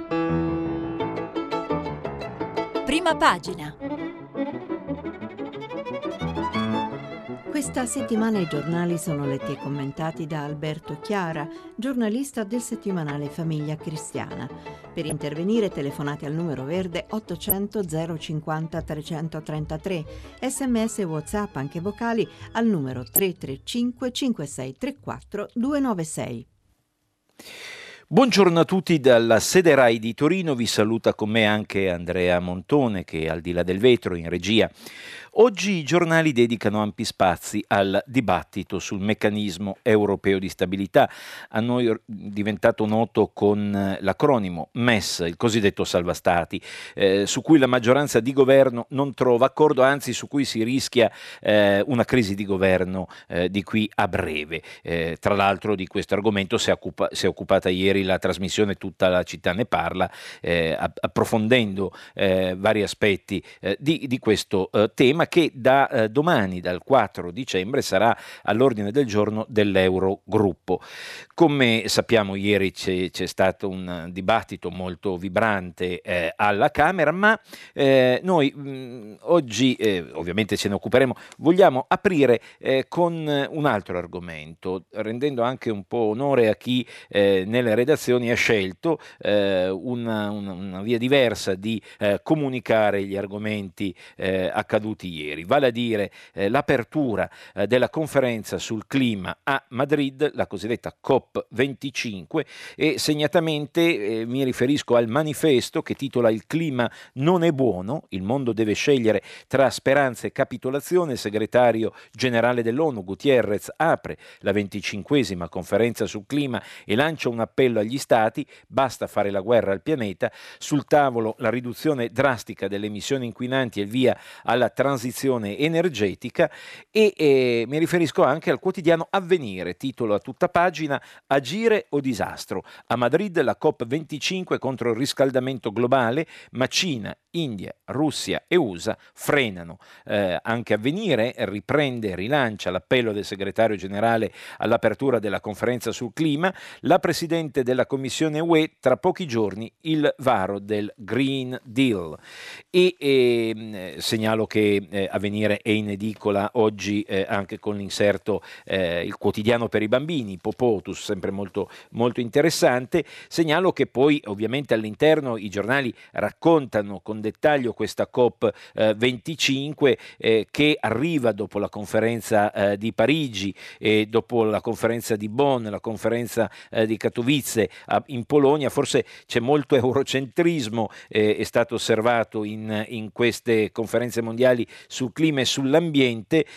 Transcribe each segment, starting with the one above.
Prima pagina. Questa settimana i giornali sono letti e commentati da Alberto Chiara, giornalista del settimanale Famiglia Cristiana. Per intervenire telefonate al numero verde 800 050 333, sms e WhatsApp anche vocali al numero 335 5634 296. Buongiorno a tutti dalla sede RAI di Torino, vi saluta con me anche Andrea Montone che è al di là del vetro in regia. Oggi i giornali dedicano ampi spazi al dibattito sul meccanismo europeo di stabilità, a noi diventato noto con l'acronimo MES, il cosiddetto salva stati, su cui la maggioranza di governo non trova accordo, anzi su cui si rischia una crisi di governo di qui a breve. Tra l'altro di questo argomento si è occupata ieri la trasmissione Tutta la città ne parla, approfondendo vari aspetti di questo tema che da domani, dal 4 dicembre, sarà all'ordine del giorno dell'Eurogruppo. Come sappiamo, ieri c'è stato un dibattito molto vibrante alla Camera, ma noi oggi, ovviamente ce ne occuperemo, vogliamo aprire con un altro argomento, rendendo anche un po' onore a chi nelle redazioni ha scelto una via diversa di comunicare gli argomenti accaduti ieri, vale a dire l'apertura della conferenza sul clima a Madrid, la cosiddetta COP25, e segnatamente mi riferisco al manifesto che titola "Il clima non è buono, il mondo deve scegliere tra speranza e capitolazione". Il segretario generale dell'ONU Guterres apre la 25esima conferenza sul clima e lancia un appello agli stati: basta fare la guerra al pianeta, sul tavolo la riduzione drastica delle emissioni inquinanti e il via alla transizione energetica. E mi riferisco anche al quotidiano Avvenire, titolo a tutta pagina: "Agire o disastro? A Madrid la COP25 contro il riscaldamento globale, ma Cina, India, Russia e USA frenano". Anche Avvenire riprende e rilancia l'appello del segretario generale all'apertura della conferenza sul clima. La Presidente della Commissione UE: tra pochi giorni il varo del Green Deal. E segnalo che Avvenire è in edicola oggi anche con l'inserto "Il quotidiano per i bambini", Popotus, sempre molto, molto interessante. Segnalo che poi ovviamente all'interno i giornali raccontano con dettaglio questa COP25 che arriva dopo la conferenza di Parigi e dopo la conferenza di Bonn, la conferenza di Katowice in Polonia. Forse c'è molto eurocentrismo, è stato osservato in queste conferenze mondiali sul clima e sull'ambiente.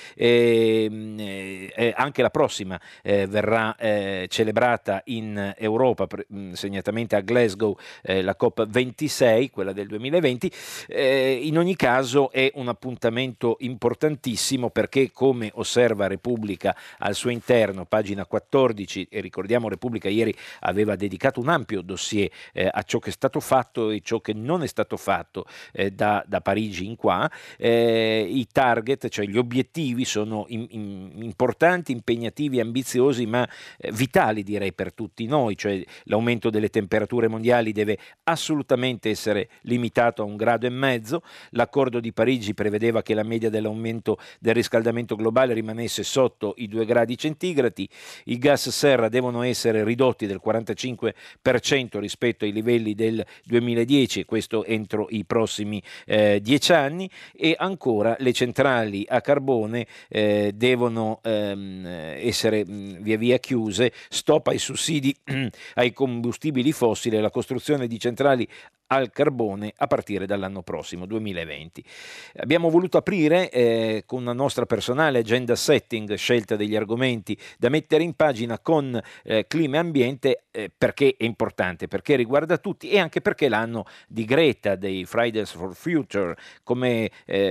Anche la prossima verrà celebrata in Europa, segnatamente a Glasgow, la COP26, quella del 2020. In ogni caso è un appuntamento importantissimo perché, come osserva Repubblica al suo interno, pagina 14, e ricordiamo Repubblica ieri aveva dedicato un ampio dossier a ciò che è stato fatto e ciò che non è stato fatto da Parigi in qua. I target, cioè gli obiettivi, sono importanti, impegnativi, ambiziosi, ma vitali, direi, per tutti noi. Cioè l'aumento delle temperature mondiali deve assolutamente essere limitato a 1,5 gradi. L'accordo di Parigi prevedeva che la media dell'aumento del riscaldamento globale rimanesse sotto i 2 gradi centigradi. I gas serra devono essere ridotti del 45% rispetto ai livelli del 2010, e questo entro i prossimi 10 anni. E ancora le centrali a carbone devono essere via via chiuse. Stop ai sussidi ai combustibili fossili e la costruzione di centrali al carbone a partire dall'anno prossimo, 2020. Abbiamo voluto aprire con una nostra personale agenda setting, scelta degli argomenti da mettere in pagina con clima e ambiente, perché è importante, perché riguarda tutti e anche perché l'anno di Greta, dei Fridays for Future, come in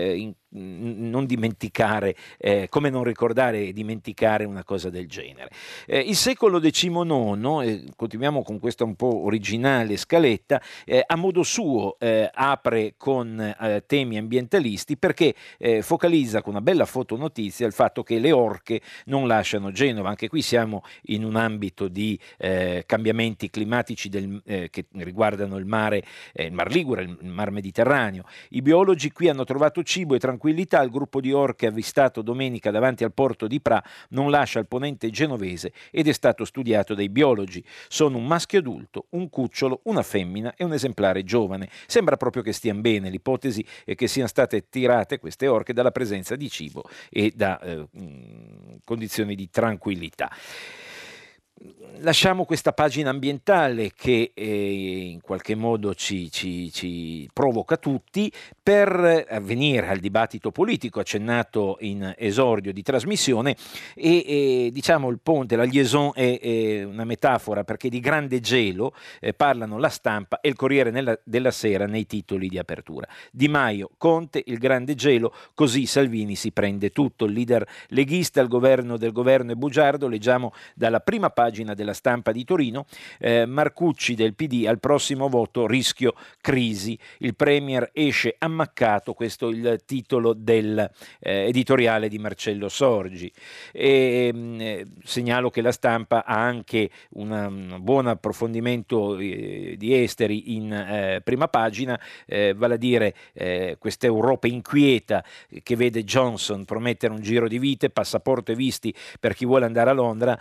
non dimenticare, come non ricordare e dimenticare una cosa del genere. Il secolo XIX, continuiamo con questa un po' originale scaletta, a modo suo apre con temi ambientalisti perché focalizza con una bella fotonotizia il fatto che le orche non lasciano Genova. Anche qui siamo in un ambito di cambiamenti climatici che riguardano il Mar Ligure, il Mar Mediterraneo. I biologi qui hanno trovato cibo e tranquillità. Il gruppo di orche avvistato domenica davanti al porto di Pra non lascia il ponente genovese ed è stato studiato dai biologi. Sono un maschio adulto, un cucciolo, una femmina e un esemplare giovane. Sembra proprio che stiano bene. L'ipotesi è che siano state tirate queste orche dalla presenza di cibo e da condizioni di tranquillità. Lasciamo questa pagina ambientale che in qualche modo ci provoca tutti per venire al dibattito politico accennato in esordio di trasmissione e diciamo il ponte, la liaison è una metafora perché di grande gelo parlano La Stampa e il Corriere della Sera nei titoli di apertura. Di Maio, Conte, il grande gelo, così Salvini si prende tutto. Il leader leghista, il governo del governo è bugiardo, leggiamo dalla prima pagina della Stampa di Torino. Marcucci del PD al prossimo voto rischio crisi, il premier esce ammaccato, questo è il titolo del editoriale di Marcello Sorgi. Segnalo che la Stampa ha anche un buon approfondimento di esteri in prima pagina, vale a dire questa Europa inquieta che vede Johnson promettere un giro di vite, passaporto e visti per chi vuole andare a Londra.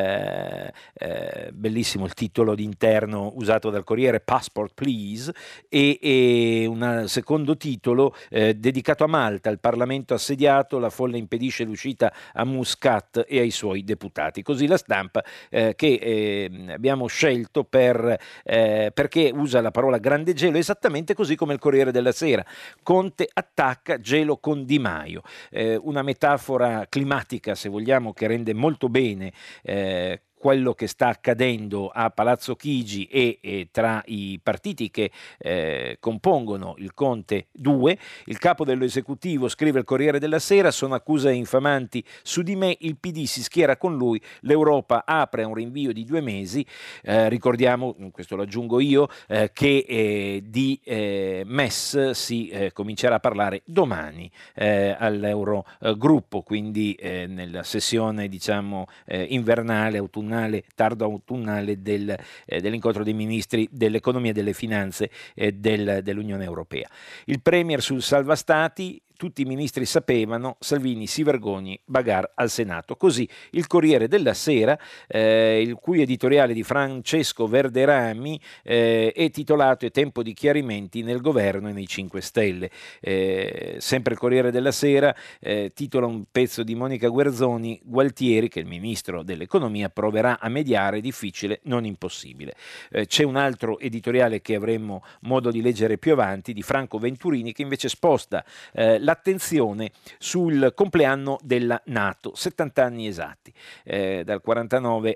Bellissimo il titolo d'interno usato dal Corriere, Passport Please, e un secondo titolo dedicato a Malta, il Parlamento assediato, la folla impedisce l'uscita a Muscat e ai suoi deputati. Così la Stampa che abbiamo scelto perché usa la parola grande gelo esattamente così come il Corriere della Sera. Conte attacca, gelo con Di Maio, una metafora climatica se vogliamo che rende molto bene quello che sta accadendo a Palazzo Chigi e tra i partiti che compongono il Conte 2. Il capo dell'esecutivo, scrive il Corriere della Sera, sono accuse infamanti su di me, il PD si schiera con lui, l'Europa apre a un rinvio di 2 mesi. Ricordiamo, questo lo aggiungo io, che di MES si comincerà a parlare domani all'Eurogruppo, quindi nella sessione diciamo invernale, autunnale, tardo autunnale dell'incontro dei ministri dell'economia e delle finanze dell'Unione Europea. Il premier sul salva stati, tutti i ministri sapevano, Salvini si vergogni, bagar al Senato. Così il Corriere della Sera, il cui editoriale di Francesco Verderami è titolato «È tempo di chiarimenti nel governo e nei 5 Stelle». Sempre il Corriere della Sera titola un pezzo di Monica Gualtieri, che è il ministro dell'economia, proverà a mediare, difficile, non impossibile. C'è un altro editoriale che avremo modo di leggere più avanti, di Franco Venturini, che invece sposta l'attenzione sul compleanno della NATO, 70 anni esatti, dal 49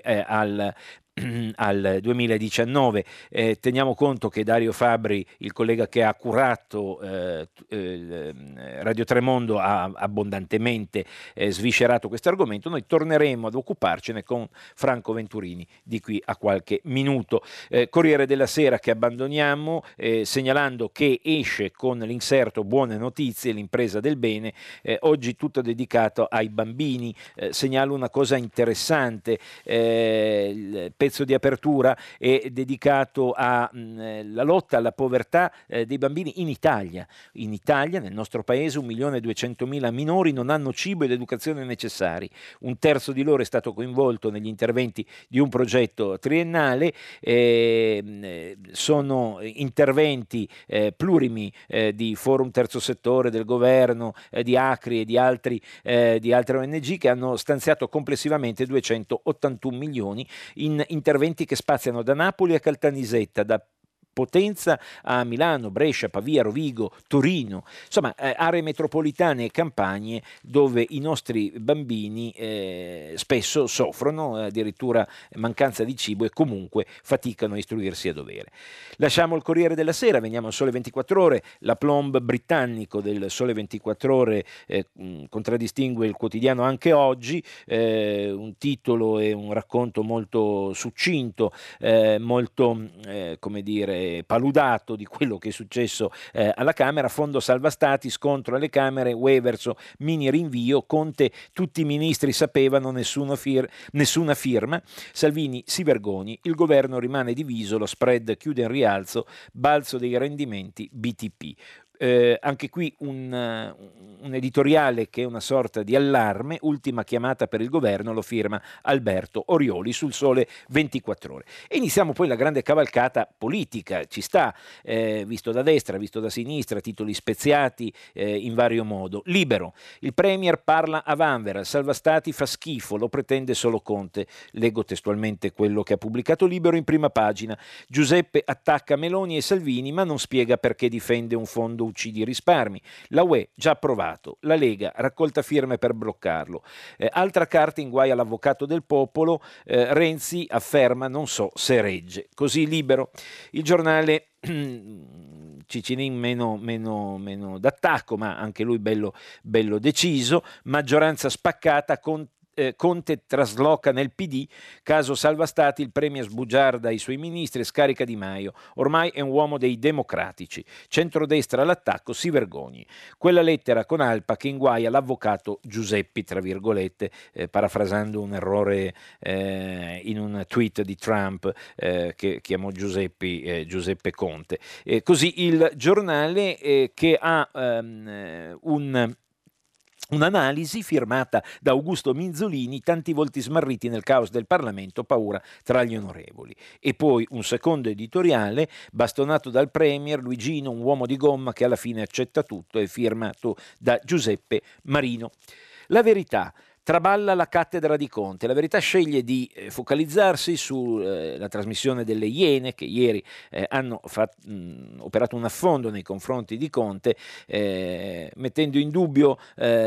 al 2019. Teniamo conto che Dario Fabbri, il collega che ha curato Radio Tremondo, ha abbondantemente sviscerato questo argomento. Noi torneremo ad occuparcene con Franco Venturini di qui a qualche minuto. Corriere della Sera che abbandoniamo, segnalando che esce con l'inserto Buone notizie, l'impresa del bene, oggi tutto dedicato ai bambini. Segnalo una cosa interessante, il pezzo di apertura è dedicato alla lotta alla povertà dei bambini in Italia. In Italia, nel nostro paese, 1.200.000 minori non hanno cibo ed educazione necessari. Un terzo di loro è stato coinvolto negli interventi di un progetto triennale. Sono interventi plurimi di Forum Terzo Settore, del governo, di Acri e di altre ONG che hanno stanziato complessivamente 281 milioni in interventi che spaziano da Napoli a Caltanissetta, da Potenza a Milano, Brescia, Pavia, Rovigo, Torino, insomma aree metropolitane e campagne dove i nostri bambini spesso soffrono addirittura mancanza di cibo e comunque faticano a istruirsi a dovere. Lasciamo il Corriere della Sera, veniamo al Sole 24 Ore, l'aplomb britannico del Sole 24 Ore contraddistingue il quotidiano anche oggi, un titolo e un racconto molto succinto, molto come dire paludato di quello che è successo alla Camera. Fondo salva stati, scontro alle Camere, Weverso, mini rinvio, Conte, tutti i ministri sapevano, nessuna firma, Salvini si vergogni, il governo rimane diviso, lo spread chiude in rialzo, balzo dei rendimenti BTP. Anche qui un editoriale che è una sorta di allarme, ultima chiamata per il governo, lo firma Alberto Orioli sul Sole 24 Ore. E iniziamo poi la grande cavalcata politica, ci sta, visto da destra, visto da sinistra, titoli speziati in vario modo. Libero, il Premier parla a Vanvera, salva stati fa schifo, lo pretende solo Conte. Leggo testualmente quello che ha pubblicato Libero in prima pagina. Giuseppe attacca Meloni e Salvini ma non spiega perché difende un fondo uccidi risparmi. La UE già approvato, la Lega raccolta firme per bloccarlo. Altra carta in guai all'avvocato del popolo, Renzi afferma non so se regge. Così Libero. Il Giornale Cicinin meno d'attacco, ma anche lui bello deciso, maggioranza spaccata con Conte trasloca nel PD, caso salva stati, il premier sbugiarda i suoi ministri e scarica Di Maio, ormai è un uomo dei democratici, centrodestra all'attacco, si vergogni. Quella lettera con Alpa che inguaia l'avvocato Giuseppi, tra virgolette, parafrasando un errore in un tweet di Trump che chiamò Giuseppe Conte. Così il Giornale che ha un'analisi firmata da Augusto Minzolini, tanti volti smarriti nel caos del Parlamento, paura tra gli onorevoli. E poi un secondo editoriale, bastonato dal Premier, Luigino, un uomo di gomma che alla fine accetta tutto, è firmato da Giuseppe Marino. La Verità. Traballa la cattedra di Conte. La Verità sceglie di focalizzarsi sulla trasmissione delle Iene che ieri hanno operato un affondo nei confronti di Conte, mettendo in dubbio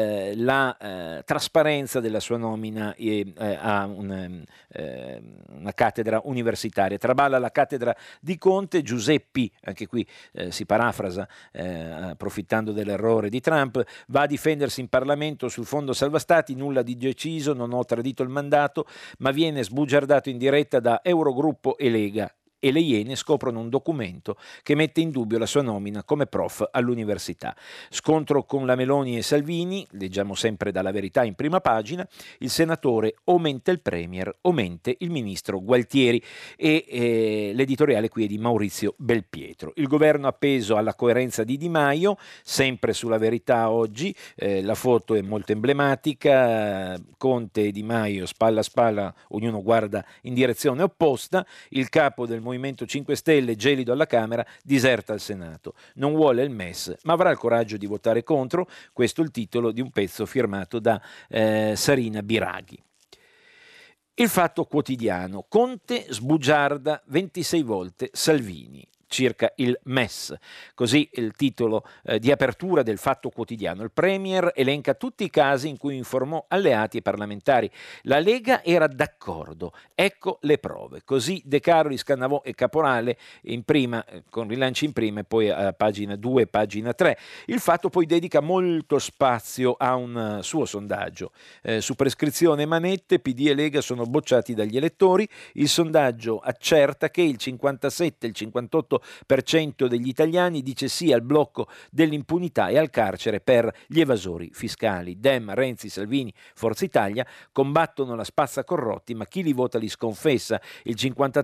la trasparenza della sua nomina a una cattedra universitaria. Traballa la cattedra di Conte, Giuseppi, anche qui si parafrasa approfittando dell'errore di Trump, va a difendersi in Parlamento sul fondo salva stati, nulla di deciso, non ho tradito il mandato, ma viene sbugiardato in diretta da Eurogruppo e Lega. E le Iene scoprono un documento che mette in dubbio la sua nomina come prof all'università. Scontro con la Meloni e Salvini, leggiamo sempre dalla Verità in prima pagina, il senatore aumenta il Premier, aumenta il ministro Gualtieri e l'editoriale qui è di Maurizio Belpietro. Il governo appeso alla coerenza di Di Maio, sempre sulla Verità oggi, la foto è molto emblematica, Conte e Di Maio spalla a spalla, ognuno guarda in direzione opposta, il capo del Movimento 5 Stelle, gelido alla Camera, diserta al Senato. Non vuole il MES, ma avrà il coraggio di votare contro. Questo è il titolo di un pezzo firmato da Sarina Biraghi. Il Fatto Quotidiano. Conte sbugiarda 26 volte Salvini. Circa il MES, così il titolo di apertura del Fatto Quotidiano. Il Premier elenca tutti i casi in cui informò alleati e parlamentari. La Lega era d'accordo, ecco le prove. Così De Carolis, Cannavò e Caporale in prima, con rilanci in prima e poi a pagina 2 e pagina 3. Il Fatto poi dedica molto spazio a un suo sondaggio. Su prescrizione e manette, PD e Lega sono bocciati dagli elettori. Il sondaggio accerta che il 57 e il 58% degli italiani dice sì al blocco dell'impunità e al carcere per gli evasori fiscali. Dem, Renzi, Salvini, Forza Italia combattono la spazza corrotti, ma chi li vota li sconfessa. Il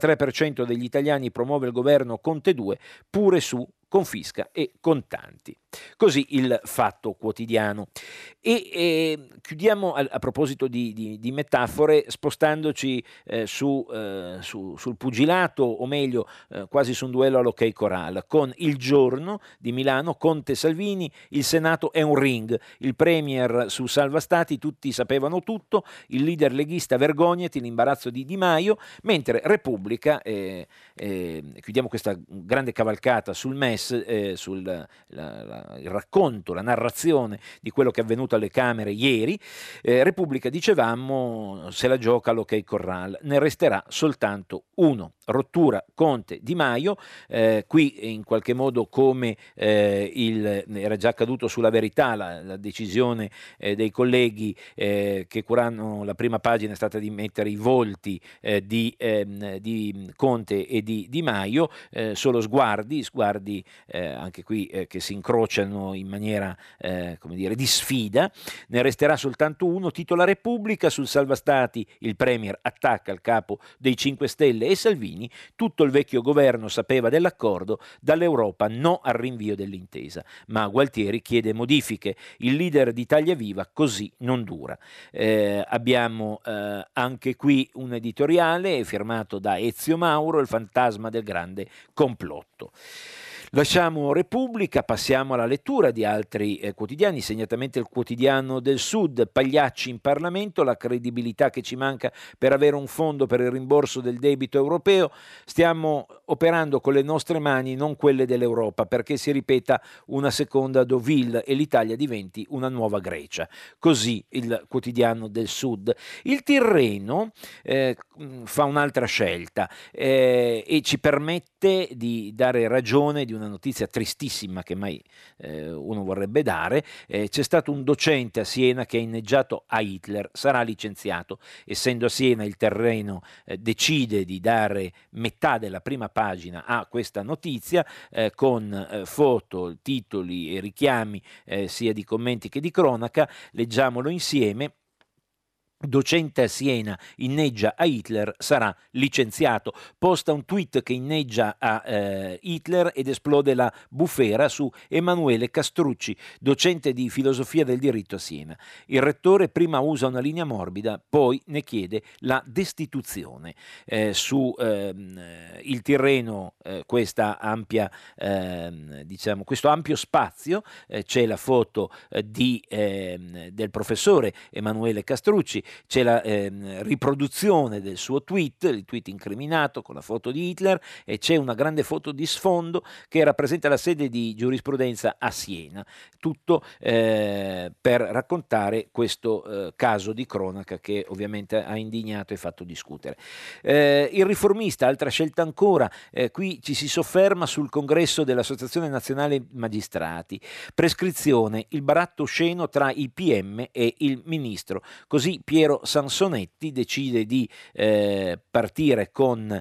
53% degli italiani promuove il governo Conte 2 pure su confisca e contanti. Così il Fatto Quotidiano. E chiudiamo a proposito di metafore, spostandoci sul pugilato, o meglio quasi su un duello all'Ok Corral, con Il Giorno di Milano, Conte Salvini, il Senato è un ring, il Premier su Salva Stati, tutti sapevano tutto, il leader leghista vergognati, l'imbarazzo di Di Maio, mentre Repubblica, chiudiamo questa grande cavalcata sul MES, il racconto, la narrazione di quello che è avvenuto alle Camere ieri. Repubblica, dicevamo, se la gioca all'Ok Corral, ne resterà soltanto uno: rottura Conte-Di Maio. Qui in qualche modo, come era già accaduto sulla Verità, la decisione dei colleghi che curano la prima pagina è stata di mettere i volti di Conte e di Di Maio, solo sguardi anche qui che si incrociano in maniera come dire di sfida. Ne resterà soltanto uno, titola Repubblica. Sul Salva Stati il Premier attacca il capo dei 5 Stelle e Salvini, tutto il vecchio governo sapeva dell'accordo, dall'Europa no al rinvio dell'intesa, ma Gualtieri chiede modifiche, il leader di Italia Viva così non dura. Abbiamo anche qui un editoriale firmato da Ezio Mauro, Il fantasma del grande complotto. Lasciamo Repubblica, passiamo alla lettura di altri quotidiani, segnatamente il Quotidiano del Sud. Pagliacci in Parlamento, la credibilità che ci manca per avere un fondo per il rimborso del debito europeo. Stiamo operando con le nostre mani, non quelle dell'Europa, perché si ripeta una seconda Deauville e l'Italia diventi una nuova Grecia. Così il Quotidiano del Sud. Il Tirreno fa un'altra scelta e ci permette di dare ragione di una notizia tristissima che mai uno vorrebbe dare. C'è stato un docente a Siena che ha inneggiato a Hitler, sarà licenziato. Essendo a Siena, il Tirreno decide di dare metà della prima pagina a questa notizia, con foto, titoli e richiami sia di commenti che di cronaca. Leggiamolo insieme. Docente a Siena inneggia a Hitler, sarà licenziato. Posta un tweet che inneggia a Hitler ed esplode la bufera su Emanuele Castrucci, docente di filosofia del diritto a Siena. Il rettore prima usa una linea morbida, poi ne chiede la destituzione. Su il Tirreno questa ampia, questo ampio spazio, c'è la foto del professore Emanuele Castrucci, c'è la riproduzione del suo tweet, il tweet incriminato con la foto di Hitler, e c'è una grande foto di sfondo che rappresenta la sede di giurisprudenza a Siena. Tutto per raccontare questo caso di cronaca che ovviamente ha indignato e fatto discutere. Il Riformista, altra scelta ancora, qui ci si sofferma sul congresso dell'Associazione Nazionale Magistrati. Prescrizione, il baratto osceno tra il PM e il ministro. Così Piero Sansonetti decide di partire con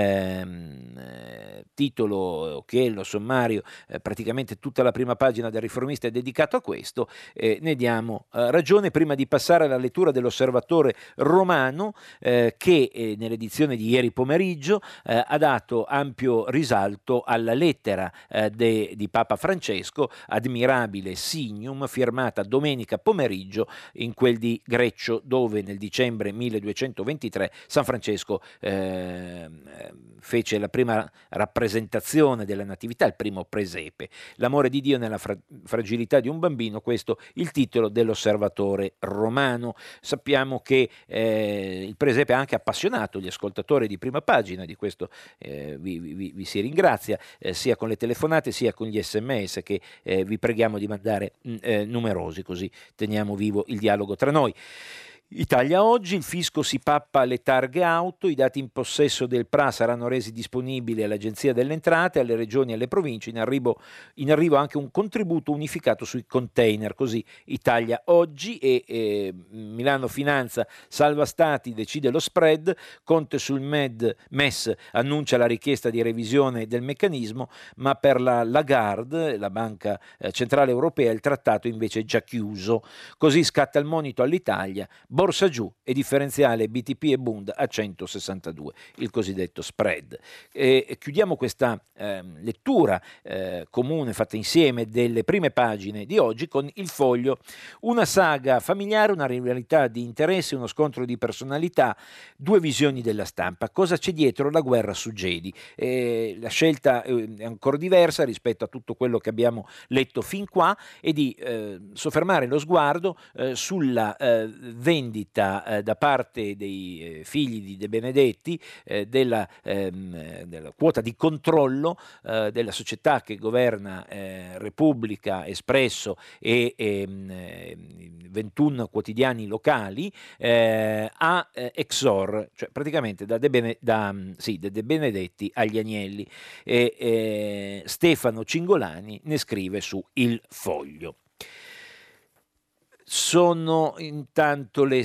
titolo, occhiello, sommario, praticamente tutta la prima pagina del Riformista è dedicato a questo. Ne diamo ragione prima di passare alla lettura dell'Osservatore Romano, che nell'edizione di ieri pomeriggio ha dato ampio risalto alla lettera di Papa Francesco, Admirabile Signum, firmata domenica pomeriggio in quel di Greccio, dove nel dicembre 1223 San Francesco fece la prima rappresentazione della Natività, il primo presepe. L'amore di Dio nella fragilità di un bambino, questo il titolo dell'Osservatore Romano. Sappiamo che il presepe ha anche appassionato gli ascoltatori di prima pagina, di questo vi si ringrazia, sia con le telefonate sia con gli SMS che vi preghiamo di mandare numerosi, così teniamo vivo il dialogo tra noi. Italia Oggi, il fisco si pappa le targhe auto, i dati in possesso del PRA saranno resi disponibili all'Agenzia delle Entrate, alle regioni e alle province, in arrivo anche un contributo unificato sui container, così Italia Oggi. E Milano Finanza, Salva Stati decide lo spread, Conte sul MES annuncia la richiesta di revisione del meccanismo, ma per la Lagarde, la Banca Centrale Europea, il trattato invece è già chiuso. Così scatta il monito all'Italia. borsa giù e differenziale BTP e Bund a 162, il cosiddetto spread. Chiudiamo questa lettura comune fatta insieme delle prime pagine di oggi con Il Foglio, una saga familiare, una rivalità di interessi, uno scontro di personalità, due visioni della stampa. Cosa c'è dietro la guerra su Gedi? La scelta è ancora diversa rispetto a tutto quello che abbiamo letto fin qua, e di soffermare lo sguardo sulla vendita da parte dei figli di De Benedetti della quota di controllo della società che governa Repubblica, Espresso e 21 quotidiani locali a Exor, cioè praticamente da De Benedetti agli Agnelli. Stefano Cingolani ne scrive su Il Foglio. Sono intanto le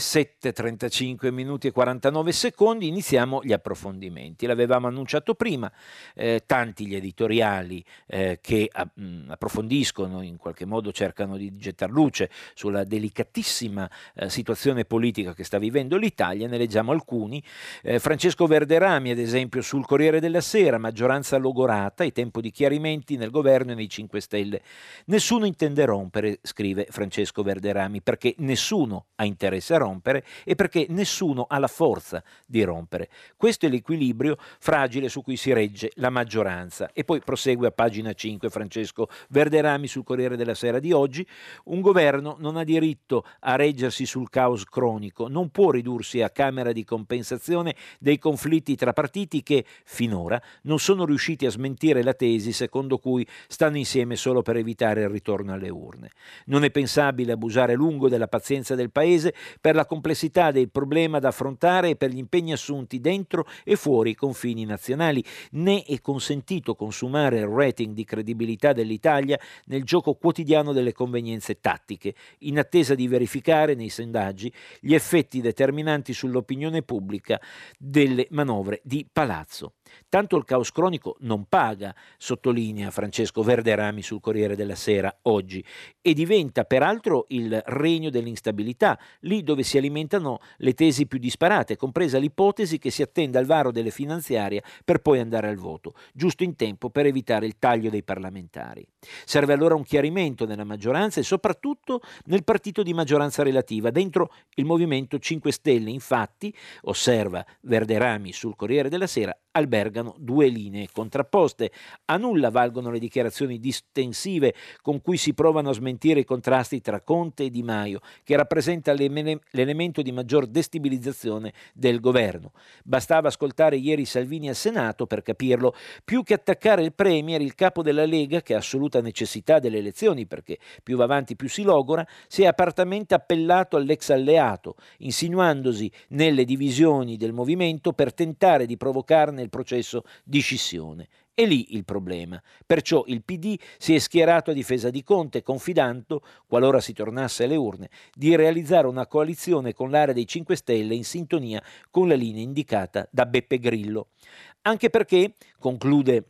7:35 minuti e 49 secondi, iniziamo gli approfondimenti. L'avevamo annunciato prima, tanti gli editoriali che approfondiscono, in qualche modo cercano di gettar luce sulla delicatissima situazione politica che sta vivendo l'Italia, ne leggiamo alcuni. Francesco Verderami, ad esempio, sul Corriere della Sera, maggioranza logorata e tempo di chiarimenti nel governo e nei 5 Stelle. Nessuno intende rompere, scrive Francesco Verderami, perché nessuno ha interesse a rompere e perché nessuno ha la forza di rompere. Questo è l'equilibrio fragile su cui si regge la maggioranza. E poi prosegue a pagina 5 Francesco Verderami sul Corriere della Sera di oggi: un governo non ha diritto a reggersi sul caos cronico, non può ridursi a camera di compensazione dei conflitti tra partiti che finora non sono riusciti a smentire la tesi secondo cui stanno insieme solo per evitare il ritorno alle urne. Non è pensabile abusare a lungo della pazienza del Paese per la complessità del problema da affrontare e per gli impegni assunti dentro e fuori i confini nazionali, né è consentito consumare il rating di credibilità dell'Italia nel gioco quotidiano delle convenienze tattiche, in attesa di verificare nei sondaggi gli effetti determinanti sull'opinione pubblica delle manovre di palazzo. Tanto il caos cronico non paga, sottolinea Francesco Verderami sul Corriere della Sera oggi, e diventa peraltro il regno dell'instabilità, lì dove si alimentano le tesi più disparate, compresa l'ipotesi che si attenda il varo delle finanziarie per poi andare al voto, giusto in tempo per evitare il taglio dei parlamentari. Serve allora un chiarimento nella maggioranza e soprattutto nel partito di maggioranza relativa. Dentro il Movimento 5 Stelle, infatti, osserva Verderami sul Corriere della Sera, albergano due linee contrapposte. A nulla valgono le dichiarazioni distensive con cui si provano a smentire i contrasti tra Conte e Di Maio, che rappresenta l'elemento di maggior destabilizzazione del governo. Bastava ascoltare ieri Salvini al Senato per capirlo. Più che attaccare il Premier, il capo della Lega, che ha assoluta necessità delle elezioni perché più va avanti più si logora, si è apertamente appellato all'ex alleato, insinuandosi nelle divisioni del movimento per tentare di provocarne il processo di scissione. È lì il problema. Perciò il PD si è schierato a difesa di Conte, confidando, qualora si tornasse alle urne, di realizzare una coalizione con l'area dei 5 Stelle in sintonia con la linea indicata da Beppe Grillo. Anche perché, conclude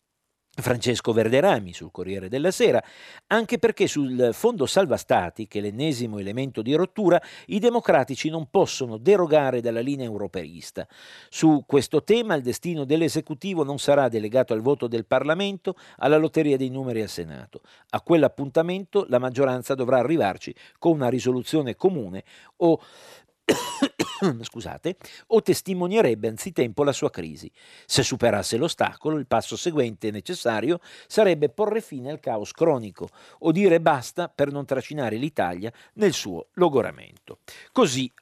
Francesco Verderami sul Corriere della Sera, anche perché sul fondo salva stati, che è l'ennesimo elemento di rottura, i democratici non possono derogare dalla linea europeista. Su questo tema il destino dell'esecutivo non sarà delegato al voto del Parlamento, alla lotteria dei numeri al Senato. A quell'appuntamento la maggioranza dovrà arrivarci con una risoluzione comune o scusate, o testimonierebbe anzitempo la sua crisi. Se superasse l'ostacolo, il passo seguente necessario sarebbe porre fine al caos cronico o dire basta per non trascinare l'Italia nel suo logoramento. Così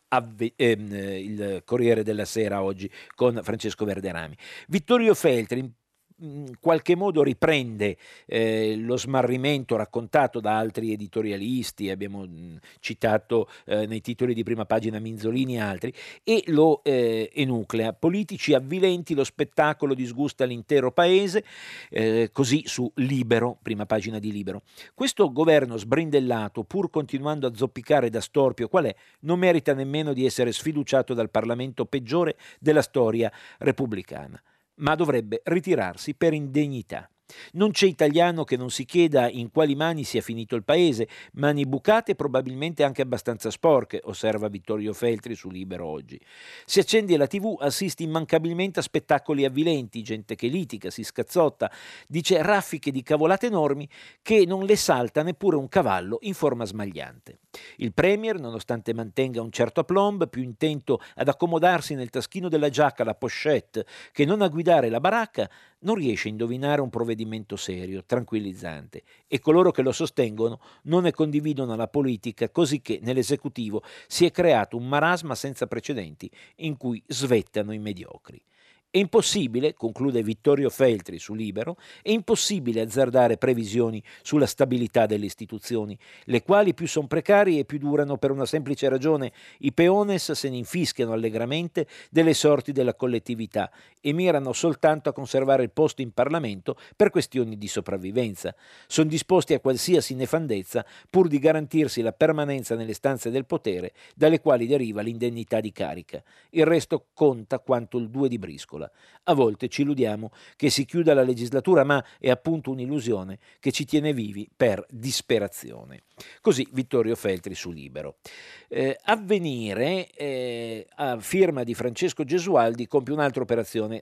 il Corriere della Sera oggi con Francesco Verderami. Vittorio Feltri in qualche modo riprende lo smarrimento raccontato da altri editorialisti, abbiamo citato nei titoli di prima pagina Minzolini e altri, e lo enuclea. Politici avvilenti, lo spettacolo disgusta l'intero paese, così su Libero, prima pagina di Libero. Questo governo sbrindellato, pur continuando a zoppicare da storpio qual è, non merita nemmeno di essere sfiduciato dal Parlamento peggiore della storia repubblicana, ma dovrebbe ritirarsi per indegnità. Non c'è italiano che non si chieda in quali mani sia finito il paese, mani bucate e probabilmente anche abbastanza sporche, osserva Vittorio Feltri su Libero oggi. Si accende la TV, assisti immancabilmente a spettacoli avvilenti, gente che litiga, si scazzotta, dice raffiche di cavolate enormi che non le salta neppure un cavallo in forma smagliante. Il Premier, nonostante mantenga un certo aplomb, più intento ad accomodarsi nel taschino della giacca la pochette che non a guidare la baracca, non riesce a indovinare un provvedimento serio, tranquillizzante, e coloro che lo sostengono non ne condividono la politica, così che nell'esecutivo si è creato un marasma senza precedenti in cui svettano i mediocri. È impossibile, conclude Vittorio Feltri su Libero, è impossibile azzardare previsioni sulla stabilità delle istituzioni, le quali più sono precarie e più durano per una semplice ragione: i peones se ne infischiano allegramente delle sorti della collettività e mirano soltanto a conservare il posto in Parlamento per questioni di sopravvivenza. Sono disposti a qualsiasi nefandezza pur di garantirsi la permanenza nelle stanze del potere dalle quali deriva l'indennità di carica. Il resto conta quanto il 2 di briscola. A volte ci illudiamo che si chiuda la legislatura, ma è appunto un'illusione che ci tiene vivi per disperazione. Così Vittorio Feltri su Libero. Avvenire, a firma di Francesco Gesualdi, compie un'altra operazione.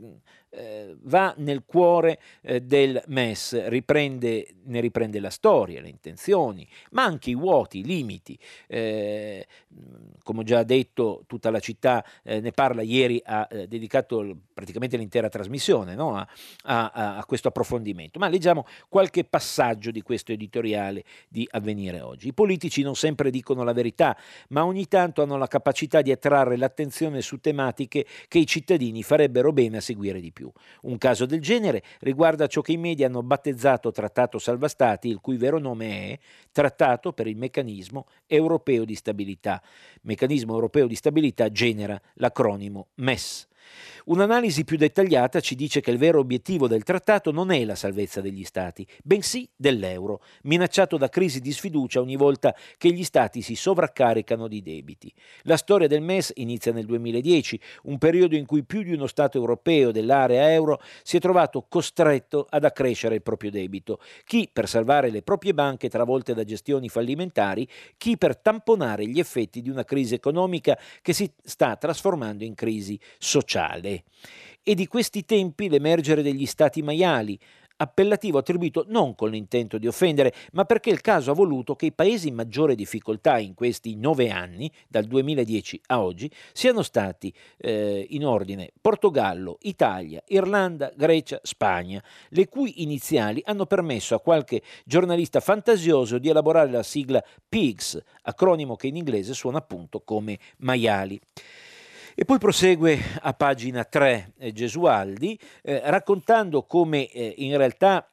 Va nel cuore del MES, ne riprende la storia, le intenzioni, ma anche i vuoti, i limiti. Come ho già detto, tutta la città ne parla. Ieri ha dedicato praticamente l'intera trasmissione, no? a questo approfondimento. Ma leggiamo qualche passaggio di questo editoriale di Avvenire oggi. I politici non sempre dicono la verità, ma ogni tanto hanno la capacità di attrarre l'attenzione su tematiche che i cittadini farebbero bene a seguire di più. Un caso del genere riguarda ciò che i media hanno battezzato Trattato Salva Stati, il cui vero nome è Trattato per il Meccanismo Europeo di Stabilità. Meccanismo Europeo di Stabilità genera l'acronimo MES. Un'analisi più dettagliata ci dice che il vero obiettivo del trattato non è la salvezza degli Stati, bensì dell'euro, minacciato da crisi di sfiducia ogni volta che gli Stati si sovraccaricano di debiti. La storia del MES inizia nel 2010, un periodo in cui più di uno Stato europeo dell'area euro si è trovato costretto ad accrescere il proprio debito, chi per salvare le proprie banche travolte da gestioni fallimentari, chi per tamponare gli effetti di una crisi economica che si sta trasformando in crisi sociale. E di questi tempi l'emergere degli stati maiali, appellativo attribuito non con l'intento di offendere, ma perché il caso ha voluto che i paesi in maggiore difficoltà in questi 9 anni, dal 2010 a oggi, siano stati in ordine Portogallo, Italia, Irlanda, Grecia, Spagna, le cui iniziali hanno permesso a qualche giornalista fantasioso di elaborare la sigla PIGS, acronimo che in inglese suona appunto come maiali. E poi prosegue a pagina 3 Gesualdi, raccontando come in realtà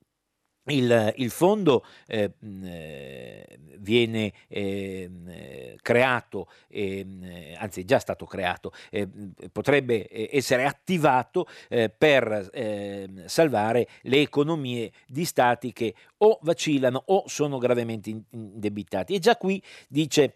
il fondo viene creato, anzi è già stato creato, potrebbe essere attivato per salvare le economie di stati che o vacillano o sono gravemente indebitati. E già qui dice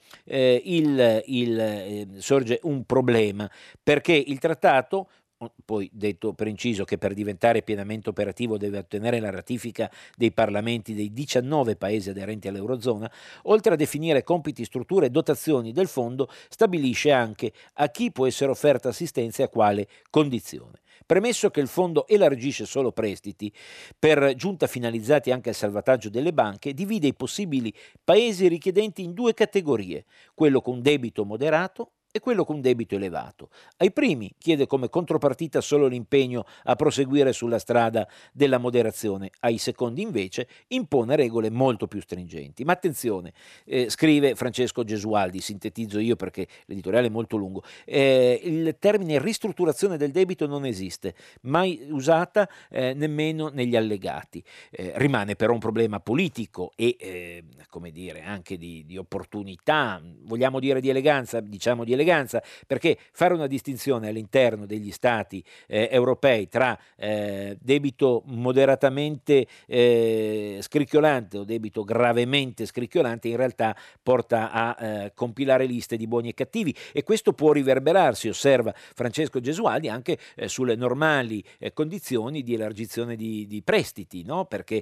sorge un problema, perché il trattato, poi detto per inciso che per diventare pienamente operativo deve ottenere la ratifica dei parlamenti dei 19 paesi aderenti all'Eurozona, oltre a definire compiti, strutture e dotazioni del fondo, stabilisce anche a chi può essere offerta assistenza e a quale condizione. Premesso che il fondo elargisce solo prestiti, per giunta finalizzati anche al salvataggio delle banche, divide i possibili paesi richiedenti in 2 categorie: quello con debito moderato e quello con debito elevato. Ai primi chiede come contropartita solo l'impegno a proseguire sulla strada della moderazione, ai secondi invece impone regole molto più stringenti. Ma attenzione, scrive Francesco Gesualdi, sintetizzo io perché l'editoriale è molto lungo, il termine ristrutturazione del debito non esiste, mai usata nemmeno negli allegati. Rimane però un problema politico e come dire anche di opportunità, vogliamo dire di eleganza, diciamo di eleganza, eleganza, perché fare una distinzione all'interno degli stati europei tra debito moderatamente scricchiolante o debito gravemente scricchiolante in realtà porta a compilare liste di buoni e cattivi, e questo può riverberarsi, osserva Francesco Gesualdi, anche sulle normali condizioni di elargizione di prestiti, no? Perché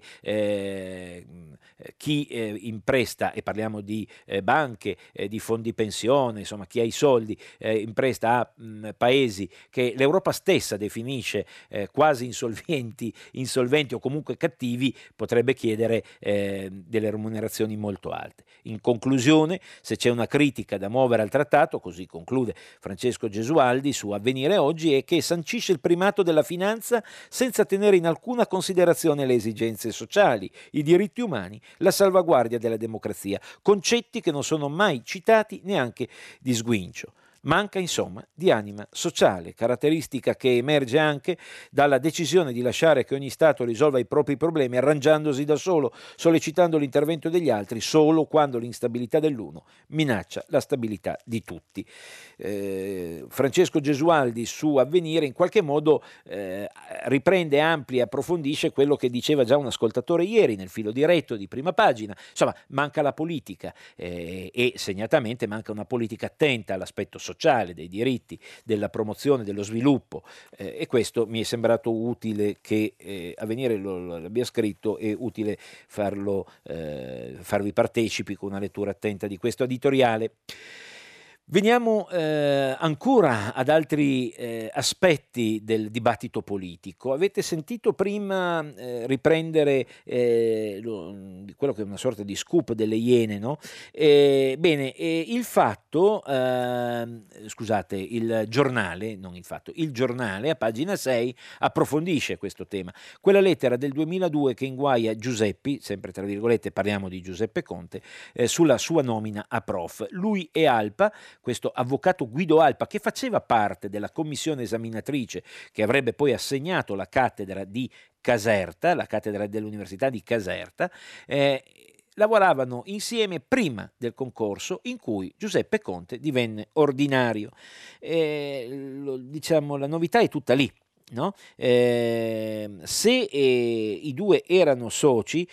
chi impresta, e parliamo di banche, di fondi pensione, insomma chi ha i soldi impresta a paesi che l'Europa stessa definisce quasi insolventi o comunque cattivi, potrebbe chiedere delle remunerazioni molto alte. In conclusione, se c'è una critica da muovere al trattato, così conclude Francesco Gesualdi su Avvenire Oggi, è che sancisce il primato della finanza senza tenere in alcuna considerazione le esigenze sociali, i diritti umani, la salvaguardia della democrazia, concetti che non sono mai citati neanche di sguincio. Manca insomma di anima sociale, caratteristica che emerge anche dalla decisione di lasciare che ogni Stato risolva i propri problemi arrangiandosi da solo, sollecitando l'intervento degli altri solo quando l'instabilità dell'uno minaccia la stabilità di tutti. Francesco Gesualdi su Avvenire in qualche modo riprende, amplia e approfondisce quello che diceva già un ascoltatore ieri nel filo diretto di Prima Pagina. Insomma, manca la politica e segnatamente manca una politica attenta all'aspetto sociale, dei diritti, della promozione, dello sviluppo, e questo mi è sembrato utile che Avvenire l'abbia scritto, e utile farvi partecipi con una lettura attenta di questo editoriale. Veniamo ancora ad altri aspetti del dibattito politico. Avete sentito prima riprendere quello che è una sorta di scoop delle Iene, no? Bene, il fatto, scusate, il giornale a pagina 6 approfondisce questo tema. Quella lettera del 2002 che inguaia Giuseppi, sempre tra virgolette parliamo di Giuseppe Conte, sulla sua nomina a prof. Lui e Alpa, questo avvocato Guido Alpa, che faceva parte della commissione esaminatrice che avrebbe poi assegnato la cattedra di Caserta, la cattedra dell'Università di Caserta, lavoravano insieme prima del concorso in cui Giuseppe Conte divenne ordinario. Diciamo, la novità è tutta lì. No? Se i due erano soci,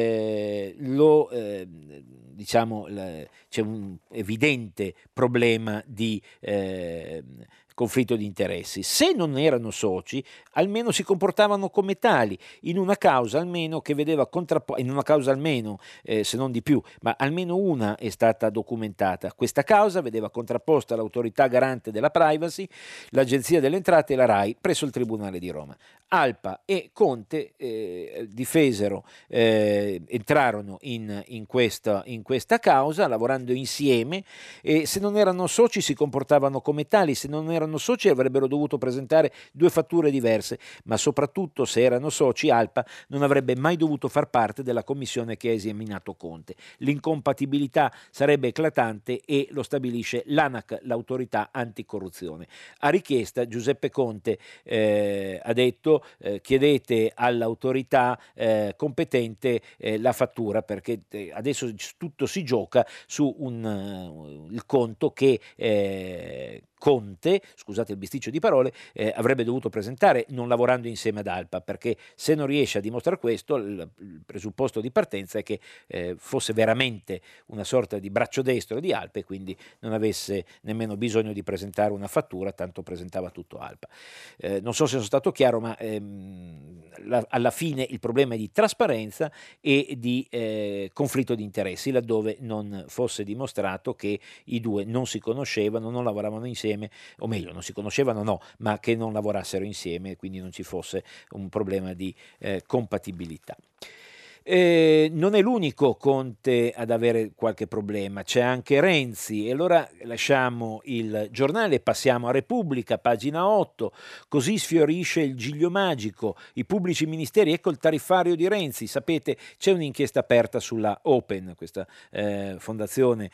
diciamo, c'è un evidente problema di conflitto di interessi. Se non erano soci, almeno si comportavano come tali, in una causa almeno che vedeva in una causa almeno, se non di più, ma almeno una è stata documentata. Questa causa vedeva contrapposta l'autorità garante della privacy, l'Agenzia delle Entrate e la RAI presso il Tribunale di Roma. Alpa e Conte entrarono in questa causa lavorando insieme, e se non erano soci si comportavano come tali, se non erano soci avrebbero dovuto presentare due fatture diverse, ma soprattutto se erano soci Alpa non avrebbe mai dovuto far parte della commissione che ha esaminato Conte. L'incompatibilità sarebbe eclatante e lo stabilisce l'ANAC, l'autorità anticorruzione. A richiesta Giuseppe Conte ha detto chiedete all'autorità competente la fattura, perché adesso tutto si gioca su il conto che Conte, scusate il bisticcio di parole, avrebbe dovuto presentare non lavorando insieme ad Alpa, perché se non riesce a dimostrare questo, il presupposto di partenza è che fosse veramente una sorta di braccio destro di Alpa e quindi non avesse nemmeno bisogno di presentare una fattura, tanto presentava tutto Alpa. Non so se sono stato chiaro, ma alla fine il problema è di trasparenza e di conflitto di interessi, laddove non fosse dimostrato che i due non si conoscevano, non lavoravano insieme, o meglio, non si conoscevano no, ma che non lavorassero insieme, quindi non ci fosse un problema di compatibilità. Non è l'unico Conte ad avere qualche problema, c'è anche Renzi, e allora lasciamo il giornale e passiamo a Repubblica, pagina 8, così sfiorisce il giglio magico, i pubblici ministeri, ecco il tariffario di Renzi, sapete c'è un'inchiesta aperta sulla Open, questa fondazione,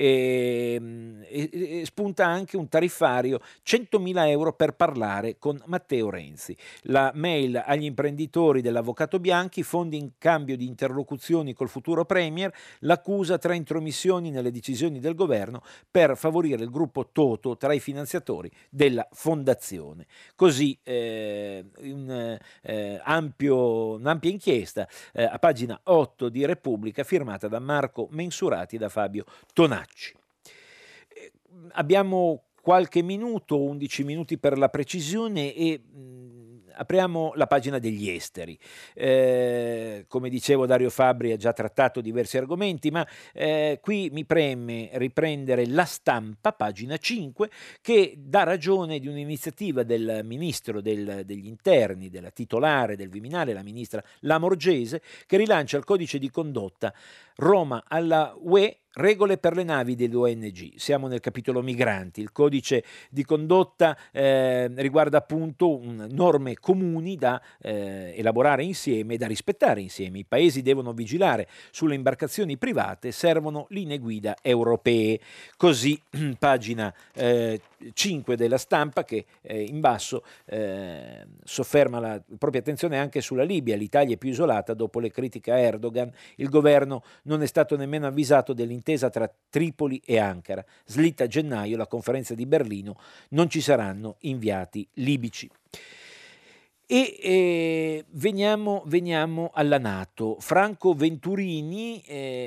e spunta anche un tariffario, 100.000 euro per parlare con Matteo Renzi, la mail agli imprenditori dell'avvocato Bianchi, fondi in cambio di di interlocuzioni col futuro Premier, l'accusa tra intromissioni nelle decisioni del governo per favorire il gruppo Toto tra i finanziatori della fondazione. Così un'ampia inchiesta a pagina 8 di Repubblica firmata da Marco Mensurati e da Fabio Tonacci. Abbiamo qualche minuto, 11 minuti per la precisione, e apriamo la pagina degli esteri. Come dicevo, Dario Fabbri ha già trattato diversi argomenti, ma qui mi preme riprendere La Stampa, pagina 5, che dà ragione di un'iniziativa del ministro degli interni, della titolare del Viminale, la ministra Lamorgese, che rilancia il codice di condotta Roma alla UE, regole per le navi dell'ONG. Siamo nel capitolo migranti. Il codice di condotta riguarda appunto norme comuni da elaborare insieme e da rispettare insieme. I paesi devono vigilare sulle imbarcazioni private, servono linee guida europee. Così, pagina 5 della Stampa, che in basso sofferma la propria attenzione anche sulla Libia. L'Italia è più isolata dopo le critiche a Erdogan. Il governo non è stato nemmeno avvisato dell'intesa tra Tripoli e Ankara. Slitta a gennaio la conferenza di Berlino, non ci saranno inviati libici. E veniamo alla NATO. Franco Venturini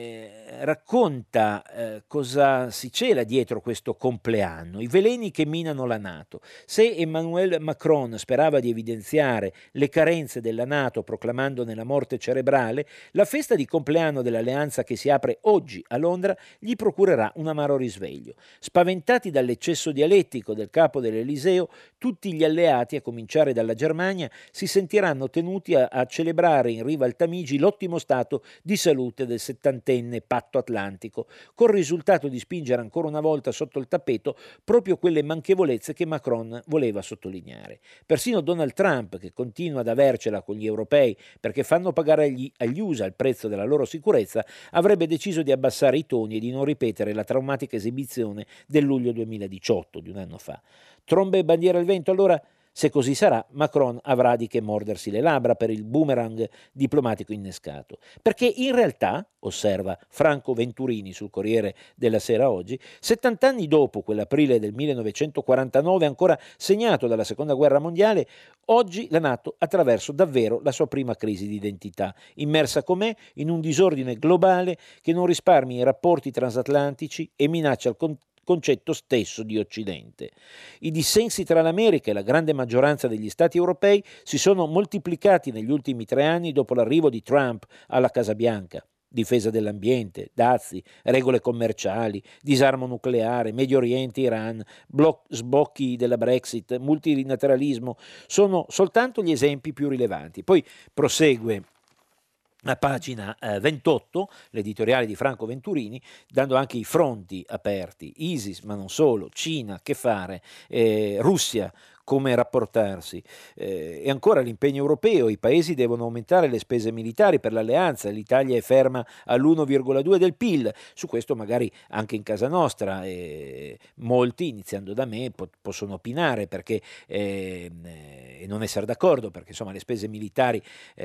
racconta cosa si cela dietro questo compleanno, i veleni che minano la NATO. Se Emmanuel Macron sperava di evidenziare le carenze della NATO proclamandone la morte cerebrale, la festa di compleanno dell'alleanza che si apre oggi a Londra gli procurerà un amaro risveglio. Spaventati dall'eccesso dialettico del capo dell'Eliseo, tutti gli alleati, a cominciare dalla Germania, si sentiranno tenuti a celebrare in riva al Tamigi l'ottimo stato di salute del 70enne patto atlantico, col risultato di spingere ancora una volta sotto il tappeto proprio quelle manchevolezze che Macron voleva sottolineare. Persino Donald Trump, che continua ad avercela con gli europei perché fanno pagare agli USA il prezzo della loro sicurezza, avrebbe deciso di abbassare i toni e di non ripetere la traumatica esibizione del luglio 2018, di un anno fa. Trombe e bandiere al vento, allora? Se così sarà, Macron avrà di che mordersi le labbra per il boomerang diplomatico innescato. Perché in realtà, osserva Franco Venturini sul Corriere della Sera oggi, 70 anni dopo quell'aprile del 1949 ancora segnato dalla Seconda Guerra Mondiale, oggi la NATO attraversa davvero la sua prima crisi di identità, immersa com'è in un disordine globale che non risparmia i rapporti transatlantici e minaccia il concetto stesso di Occidente. I dissensi tra l'America e la grande maggioranza degli Stati europei si sono moltiplicati negli ultimi 3 anni dopo l'arrivo di Trump alla Casa Bianca. Difesa dell'ambiente, dazi, regole commerciali, disarmo nucleare, Medio Oriente, Iran, sbocchi della Brexit, multilateralismo, sono soltanto gli esempi più rilevanti. Poi prosegue a pagina 28, l'editoriale di Franco Venturini, dando anche i fronti aperti: ISIS, ma non solo, Cina, che fare, Russia, come rapportarsi, e ancora l'impegno europeo. I paesi devono aumentare le spese militari per l'alleanza, l'Italia è ferma all'1,2 del PIL, su questo magari anche in casa nostra molti, iniziando da me, possono opinare perché e non essere d'accordo, perché insomma le spese militari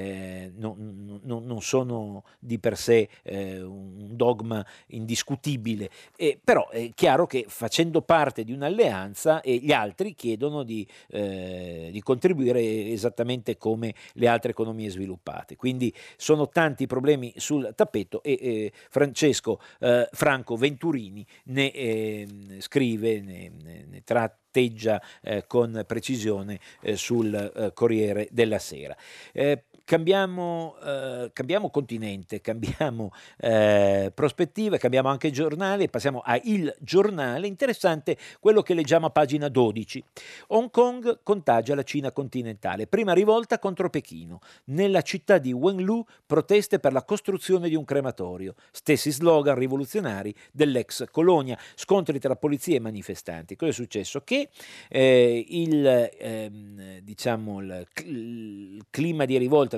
non sono di per sé un dogma indiscutibile, però è chiaro che facendo parte di un'alleanza gli altri chiedono di contribuire esattamente come le altre economie sviluppate. Quindi sono tanti problemi sul tappeto e Franco Venturini ne scrive, ne tratteggia con precisione sul Corriere della Sera. Cambiamo continente, cambiamo prospettiva, cambiamo anche giornale, passiamo a Il Giornale. Interessante quello che leggiamo a pagina 12. Hong Kong contagia la Cina continentale. Prima rivolta contro Pechino. Nella città di Wenlu proteste per la costruzione di un crematorio. Stessi slogan rivoluzionari dell'ex colonia. Scontri tra polizia e manifestanti. Cosa è successo? Che il clima di rivolta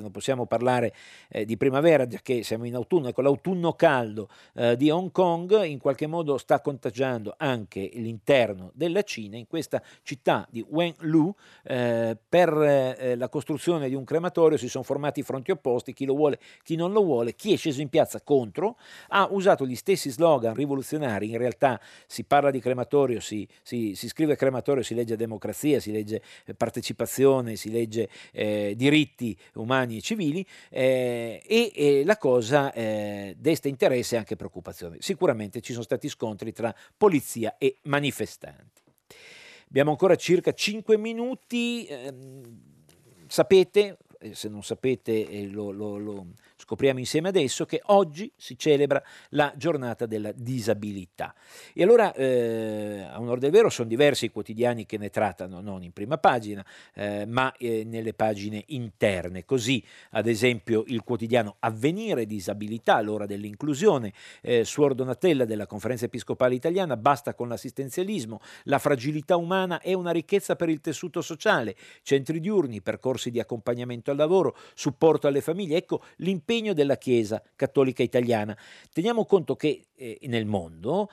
non possiamo parlare di primavera, già che siamo in autunno. Ecco, l'autunno caldo di Hong Kong in qualche modo sta contagiando anche l'interno della Cina. In questa città di Wenlu per la costruzione di un crematorio si sono formati fronti opposti, chi lo vuole, chi non lo vuole. Chi è sceso in piazza contro ha usato gli stessi slogan rivoluzionari. In realtà si parla di crematorio, si scrive crematorio, si legge democrazia, si legge partecipazione, si legge diritti umani e civili, e la cosa desta interesse e anche preoccupazione. Sicuramente ci sono stati scontri tra polizia e manifestanti. Abbiamo ancora circa 5 minuti. Sapete, se non sapete lo scopriamo insieme adesso, che oggi si celebra la giornata della disabilità. E allora, a onor del vero, sono diversi i quotidiani che ne trattano, non in prima pagina, ma nelle pagine interne. Così, ad esempio, il quotidiano Avvenire Disabilità, l'ora dell'inclusione, Suor Donatella della Conferenza Episcopale Italiana: basta con l'assistenzialismo, la fragilità umana è una ricchezza per il tessuto sociale, centri diurni, percorsi di accompagnamento al lavoro, supporto alle famiglie. Ecco l'impegno della Chiesa Cattolica Italiana. Teniamo conto che nel mondo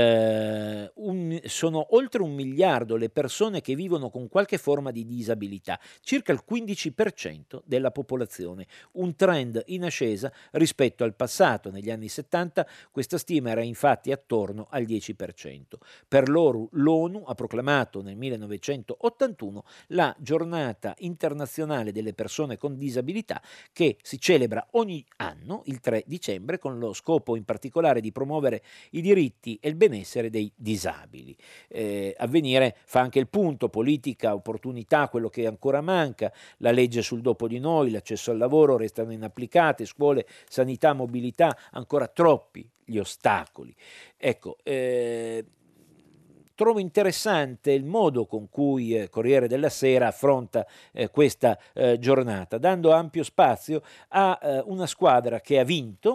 sono oltre 1 miliardo le persone che vivono con qualche forma di disabilità, circa il 15% della popolazione, un trend in ascesa rispetto al passato. Negli anni 70 questa stima era infatti attorno al 10%. Per loro l'ONU ha proclamato nel 1981 la giornata internazionale delle persone con disabilità, che si celebra ogni anno il 3 dicembre con lo scopo in particolare di promuovere i diritti e il benessere dei disabili. Avvenire fa anche il punto: politica, opportunità, quello che ancora manca, la legge sul dopo di noi, l'accesso al lavoro restano inapplicate, scuole, sanità, mobilità, ancora troppi gli ostacoli. Ecco, trovo interessante il modo con cui Corriere della Sera affronta questa giornata, dando ampio spazio a una squadra che ha vinto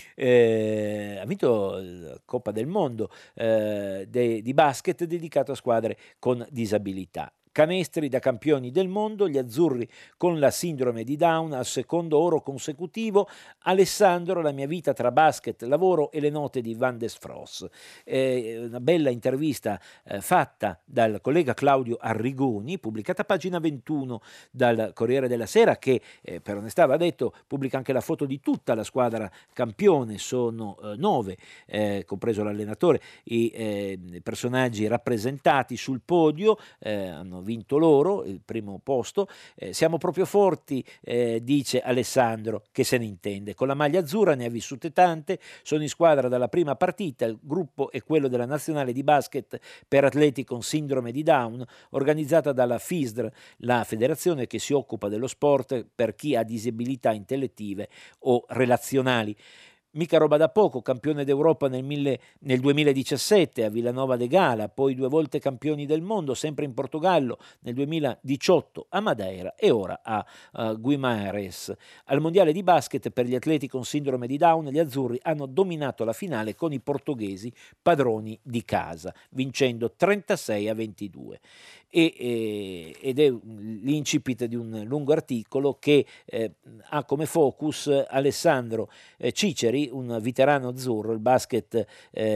la Coppa del Mondo di basket dedicato a squadre con disabilità. Canestri da campioni del mondo, gli azzurri con la sindrome di Down al secondo oro consecutivo. Alessandro, la mia vita tra basket, lavoro e le note di Van der Sfros. Una bella intervista fatta dal collega Claudio Arrigoni, pubblicata a pagina 21 dal Corriere della Sera, che per onestà va detto pubblica anche la foto di tutta la squadra campione. Sono 9, compreso l'allenatore, i personaggi rappresentati sul podio. Hanno vinto loro il primo posto. Siamo proprio forti, dice Alessandro, che se ne intende. Con la maglia azzurra ne ha vissute tante, sono in squadra dalla prima partita, il gruppo è quello della nazionale di basket per atleti con sindrome di Down, organizzata dalla FISDR, la federazione che si occupa dello sport per chi ha disabilità intellettive o relazionali. Mica roba da poco, campione d'Europa nel 2017 a Villanova de Gala, poi 2 volte campioni del mondo, sempre in Portogallo, nel 2018 a Madeira e ora a Guimarães. Al mondiale di basket per gli atleti con sindrome di Down, gli azzurri hanno dominato la finale con i portoghesi padroni di casa, vincendo 36-22. Ed è l'incipit di un lungo articolo che ha come focus Alessandro Ciceri, un veterano azzurro. Il basket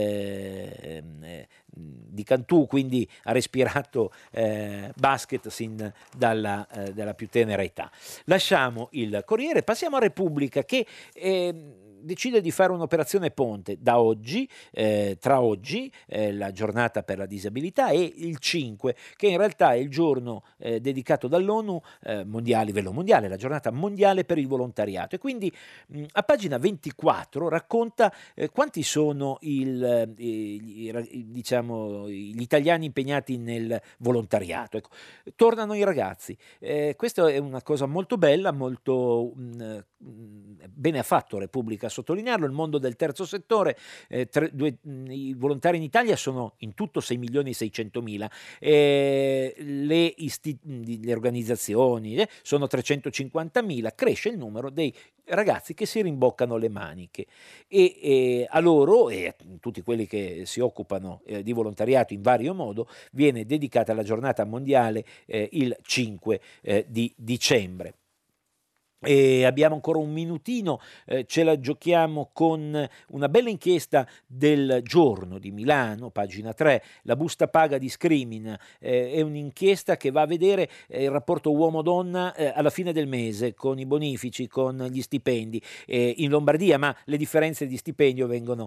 di Cantù, quindi ha respirato basket sin dalla più tenera età. Lasciamo il Corriere, passiamo a Repubblica, che decide di fare un'operazione ponte da oggi, tra oggi, la giornata per la disabilità, e il 5, che in realtà è il giorno dedicato dall'ONU, mondiale, livello mondiale, la giornata mondiale per il volontariato. E quindi a pagina 24 racconta quanti sono diciamo, gli italiani impegnati nel volontariato. Ecco, tornano i ragazzi. Questa è una cosa molto bella, molto bene ha fatto Repubblica a sottolinearlo. Il mondo del terzo settore, i volontari in Italia sono in tutto 6.600.000, le organizzazioni sono 350.000, cresce il numero dei ragazzi che si rimboccano le maniche, e a loro e a tutti quelli che si occupano di volontariato in vario modo viene dedicata la giornata mondiale il 5 di dicembre. E abbiamo ancora un minutino, ce la giochiamo con una bella inchiesta del Giorno di Milano, pagina 3, la busta paga di Scrimin. È un'inchiesta che va a vedere il rapporto uomo-donna alla fine del mese, con i bonifici, con gli stipendi in Lombardia, ma le differenze di stipendio vengono,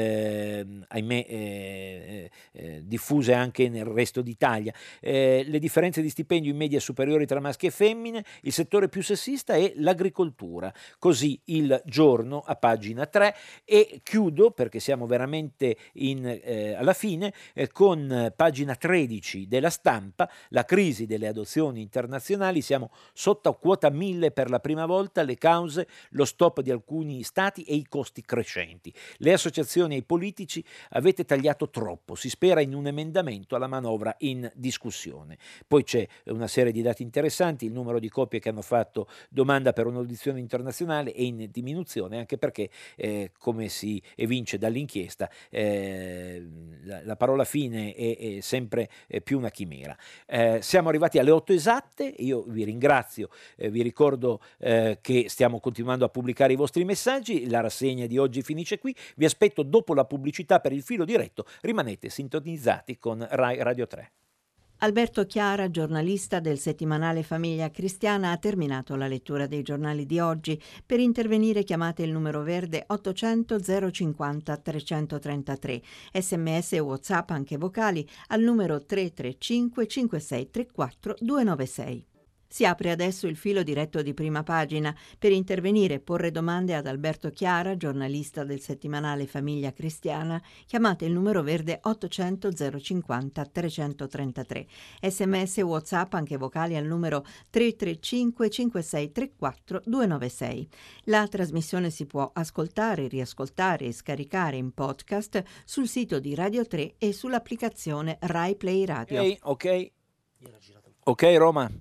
ahimè, diffuse anche nel resto d'Italia. Le differenze di stipendio in media superiori tra maschi e femmine, il settore più sessista è l'agricoltura. Così il Giorno a pagina 3, e chiudo perché siamo veramente alla fine con pagina 13 della Stampa, la crisi delle adozioni internazionali, siamo sotto a quota 1000 per la prima volta, le cause, lo stop di alcuni stati e i costi crescenti. Le associazioni e i politici avete tagliato troppo, si spera in un emendamento alla manovra in discussione. Poi c'è una serie di dati interessanti, il numero di coppie che hanno fatto domanda per un'audizione internazionale è in diminuzione, anche perché, come si evince dall'inchiesta, la parola fine è sempre più una chimera. Siamo arrivati alle 8 esatte, io vi ringrazio, vi ricordo che stiamo continuando a pubblicare i vostri messaggi, la rassegna di oggi finisce qui, vi aspetto dopo la pubblicità per il filo diretto, rimanete sintonizzati con Rai Radio 3. Alberto Chiara, giornalista del settimanale Famiglia Cristiana, ha terminato la lettura dei giornali di oggi. Per intervenire chiamate il numero verde 800 050 333, sms e WhatsApp anche vocali al numero 335 5634 296. Si apre adesso il filo diretto di Prima Pagina. Per intervenire e porre domande ad Alberto Chiara, giornalista del settimanale Famiglia Cristiana, chiamate il numero verde 800 050 333. Sms e WhatsApp anche vocali al numero 335 5634 296. La trasmissione si può ascoltare, riascoltare e scaricare in podcast sul sito di Radio 3 e sull'applicazione Rai Play Radio. Ok, Roma.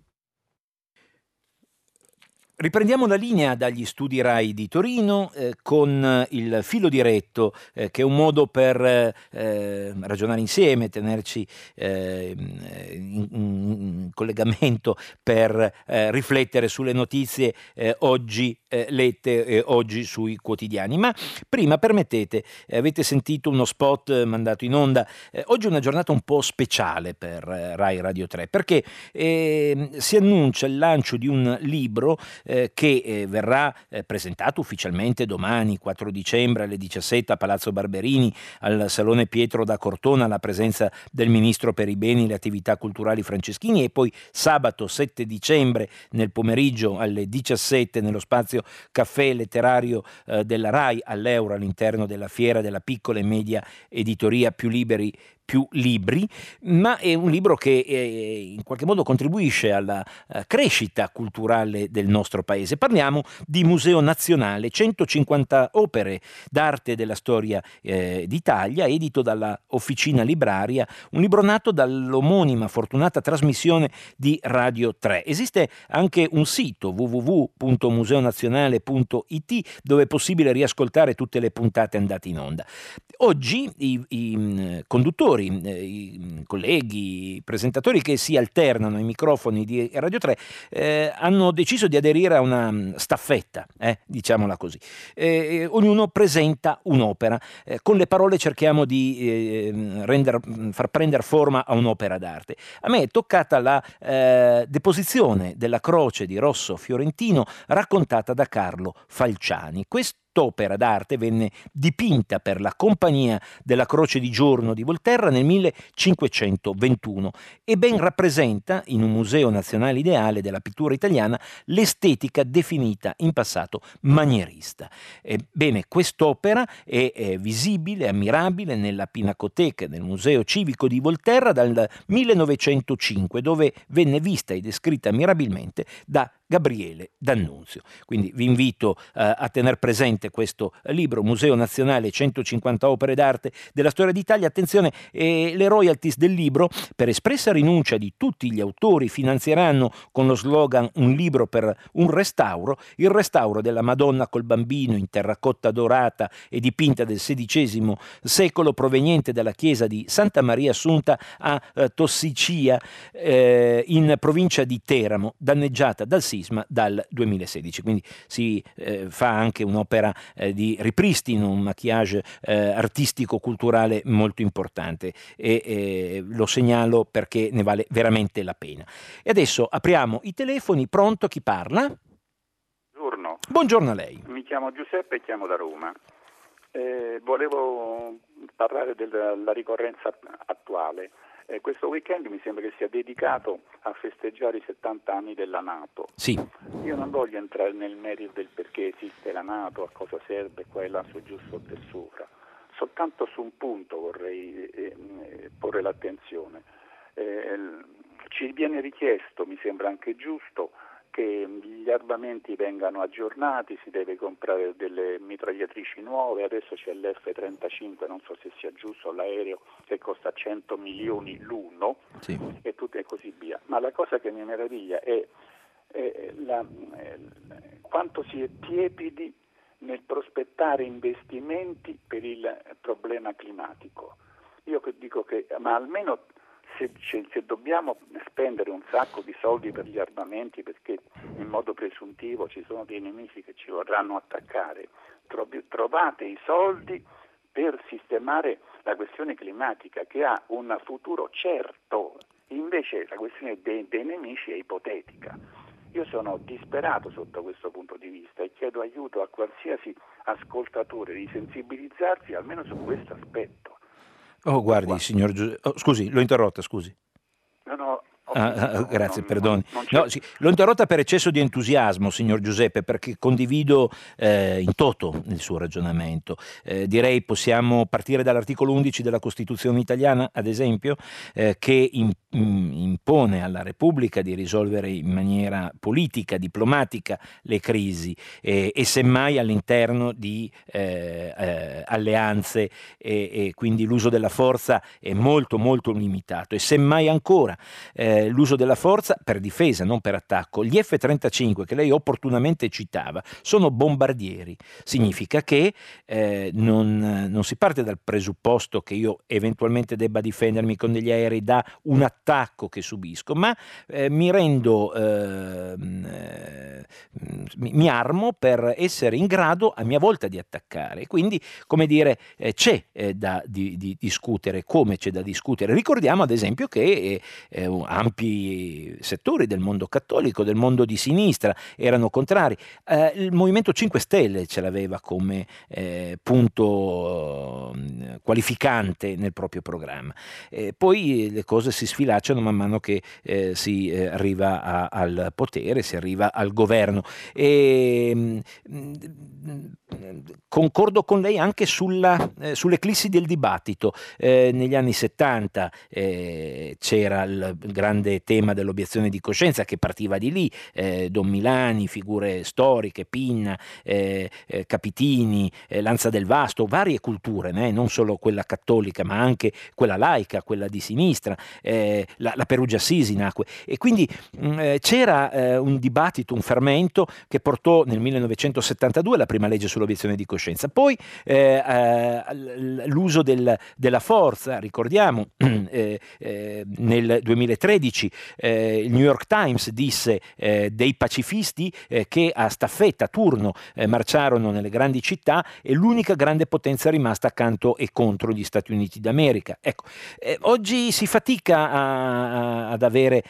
Riprendiamo la linea dagli studi Rai di Torino con il filo diretto, che è un modo per ragionare insieme, tenerci in collegamento per riflettere sulle notizie oggi lette oggi sui quotidiani. Ma prima permettete, avete sentito uno spot mandato in onda, oggi è una giornata un po' speciale per Rai Radio 3 perché si annuncia il lancio di un libro che verrà presentato ufficialmente domani 4 dicembre alle 17 a Palazzo Barberini al Salone Pietro da Cortona, alla presenza del Ministro per i Beni e le Attività Culturali Franceschini, e poi sabato 7 dicembre nel pomeriggio alle 17 nello spazio Caffè Letterario della Rai all'Euro, all'interno della Fiera della Piccola e Media Editoria Più Libri, ma è un libro che in qualche modo contribuisce alla crescita culturale del nostro paese. Parliamo di Museo Nazionale, 150 opere d'arte della storia d'Italia, edito dalla Officina Libraria, un libro nato dall'omonima fortunata trasmissione di Radio 3. Esiste anche un sito www.museonazionale.it dove è possibile riascoltare tutte le puntate andate in onda. Oggi i conduttori, i colleghi, i presentatori che si alternano ai microfoni di Radio 3 hanno deciso di aderire a una staffetta, diciamola così. Ognuno presenta un'opera, con le parole cerchiamo di far prendere forma a un'opera d'arte. A me è toccata la deposizione della croce di Rosso Fiorentino raccontata da Carlo Falciani. Quest'opera d'arte venne dipinta per la Compagnia della Croce di Giorno di Volterra nel 1521 e ben rappresenta, in un museo nazionale ideale della pittura italiana, l'estetica definita in passato manierista. Bene, quest'opera è visibile, ammirabile nella Pinacoteca del Museo Civico di Volterra dal 1905, dove venne vista e descritta mirabilmente da Gabriele D'Annunzio. Quindi vi invito a tener presente trovate questo libro, Museo Nazionale 150 opere d'arte della storia d'Italia. Attenzione, le royalties del libro, per espressa rinuncia di tutti gli autori, finanzieranno con lo slogan "Un libro per un restauro" il restauro della Madonna col Bambino in terracotta dorata e dipinta del XVI secolo, proveniente dalla chiesa di Santa Maria Assunta a Tossicia, in provincia di Teramo, danneggiata dal sisma dal 2016. Quindi si fa anche un'opera di ripristino, un maquillage artistico-culturale molto importante, e lo segnalo perché ne vale veramente la pena. E adesso apriamo i telefoni. Pronto, chi parla? Buongiorno. Buongiorno a lei. Mi chiamo Giuseppe e chiamo da Roma. Volevo parlare della ricorrenza attuale. Questo weekend mi sembra che sia dedicato a festeggiare i 70 anni della NATO. Sì. Io non voglio entrare nel merito del perché esiste la NATO, a cosa serve, qua e là, su giù, sotto e sopra. Soltanto su un punto vorrei porre l'attenzione. Ci viene richiesto, mi sembra anche giusto, che gli armamenti vengano aggiornati, si deve comprare delle mitragliatrici nuove, adesso c'è l'F-35, non so se sia giusto, l'aereo che costa 100 milioni l'uno, sì, e tutto e così via. Ma la cosa che mi meraviglia è quanto si è tiepidi nel prospettare investimenti per il problema climatico. Io dico che, ma almeno se dobbiamo spendere un sacco di soldi per gli armamenti, perché in modo presuntivo ci sono dei nemici che ci vorranno attaccare, trovate i soldi per sistemare la questione climatica, che ha un futuro certo, invece la questione dei nemici è ipotetica. Io sono disperato sotto questo punto di vista e chiedo aiuto a qualsiasi ascoltatore di sensibilizzarsi almeno su questo aspetto. Oh, guardi, signor Giuseppe, scusi, l'ho interrotta, scusi. No, grazie, perdoni. No, sì, l'ho interrotta per eccesso di entusiasmo, signor Giuseppe, perché condivido in toto il suo ragionamento. Direi possiamo partire dall'articolo 11 della Costituzione italiana, ad esempio, che impone alla Repubblica di risolvere in maniera politica, diplomatica le crisi, e semmai all'interno di alleanze, e quindi l'uso della forza è molto molto limitato, e semmai ancora l'uso della forza per difesa, non per attacco. Gli F-35 che lei opportunamente citava sono bombardieri, significa che non si parte dal presupposto che io eventualmente debba difendermi con degli aerei da un attacco che subisco, ma mi armo per essere in grado a mia volta di attaccare. Quindi, come dire, c'è da discutere, come c'è da discutere. Ricordiamo ad esempio che ampi settori del mondo cattolico, del mondo di sinistra, erano contrari. Il Movimento 5 Stelle ce l'aveva come punto qualificante nel proprio programma. Poi le cose si sfilacciano man mano che si arriva al potere, si arriva al governo. Concordo con lei anche sull'eclissi del dibattito. Negli anni 70 c'era il grande tema dell'obiezione di coscienza che partiva di lì, Don Milani, figure storiche, Pinna, Capitini, Lanza del Vasto, varie culture, non solo quella cattolica ma anche quella laica, quella di sinistra, la Perugia Sisi nacque, e quindi c'era un dibattito, un fermento che portò nel 1972 la prima legge sull'obiezione di coscienza. Poi l'uso della forza, ricordiamo, nel 2013 il New York Times disse dei pacifisti che a staffetta, a turno, marciarono nelle grandi città, e l'unica grande potenza rimasta accanto e contro gli Stati Uniti d'America. Ecco, oggi si fatica ad avere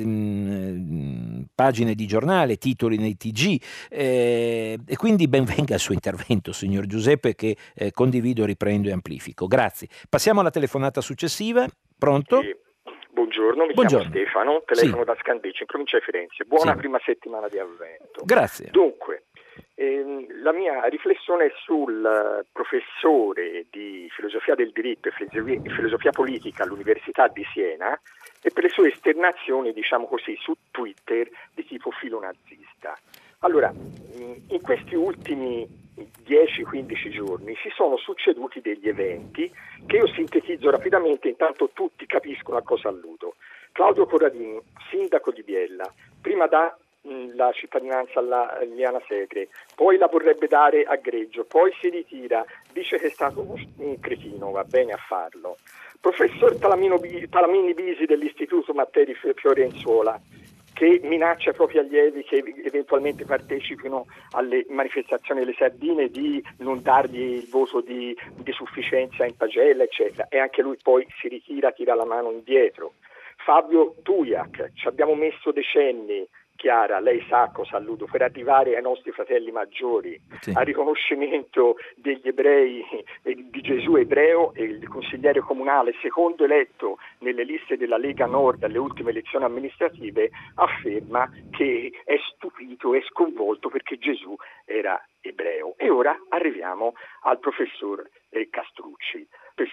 pagine di giornale, titoli nei TG, e quindi ben venga il suo intervento, signor Giuseppe, che condivido, riprendo e amplifico. Grazie. Passiamo alla telefonata successiva. Pronto? Sì. Buongiorno, mi chiamo Stefano, telefono da Scandicci, in provincia di Firenze. Buona prima settimana di Avvento. Grazie. Dunque, la mia riflessione è sul professore di filosofia del diritto e filosofia politica all'Università di Siena, e per le sue esternazioni, diciamo così, su Twitter di tipo filonazista. Allora, in questi ultimi 10-15 giorni si sono succeduti degli eventi che io sintetizzo rapidamente, intanto tutti capiscono a cosa alludo. Claudio Corradini, sindaco di Biella, prima dà la cittadinanza alla Liliana Segre, poi la vorrebbe dare a Greggio, poi si ritira, dice che è stato un cretino, va bene a farlo. Professor Talamini Bisi dell'Istituto Mattei Fiorenzuola, che minaccia i propri allievi che eventualmente partecipino alle manifestazioni delle sardine di non dargli il voto di sufficienza in pagella, eccetera, e anche lui poi si ritira, tira la mano indietro. Fabio Tuiac, ci abbiamo messo decenni, Chiara, lei sa cosa alludo, per arrivare ai nostri fratelli maggiori, sì, al riconoscimento degli ebrei, di Gesù ebreo, e il consigliere comunale secondo eletto nelle liste della Lega Nord alle ultime elezioni amministrative afferma che è stupito e sconvolto perché Gesù era ebreo. E ora arriviamo al professor Castrucci.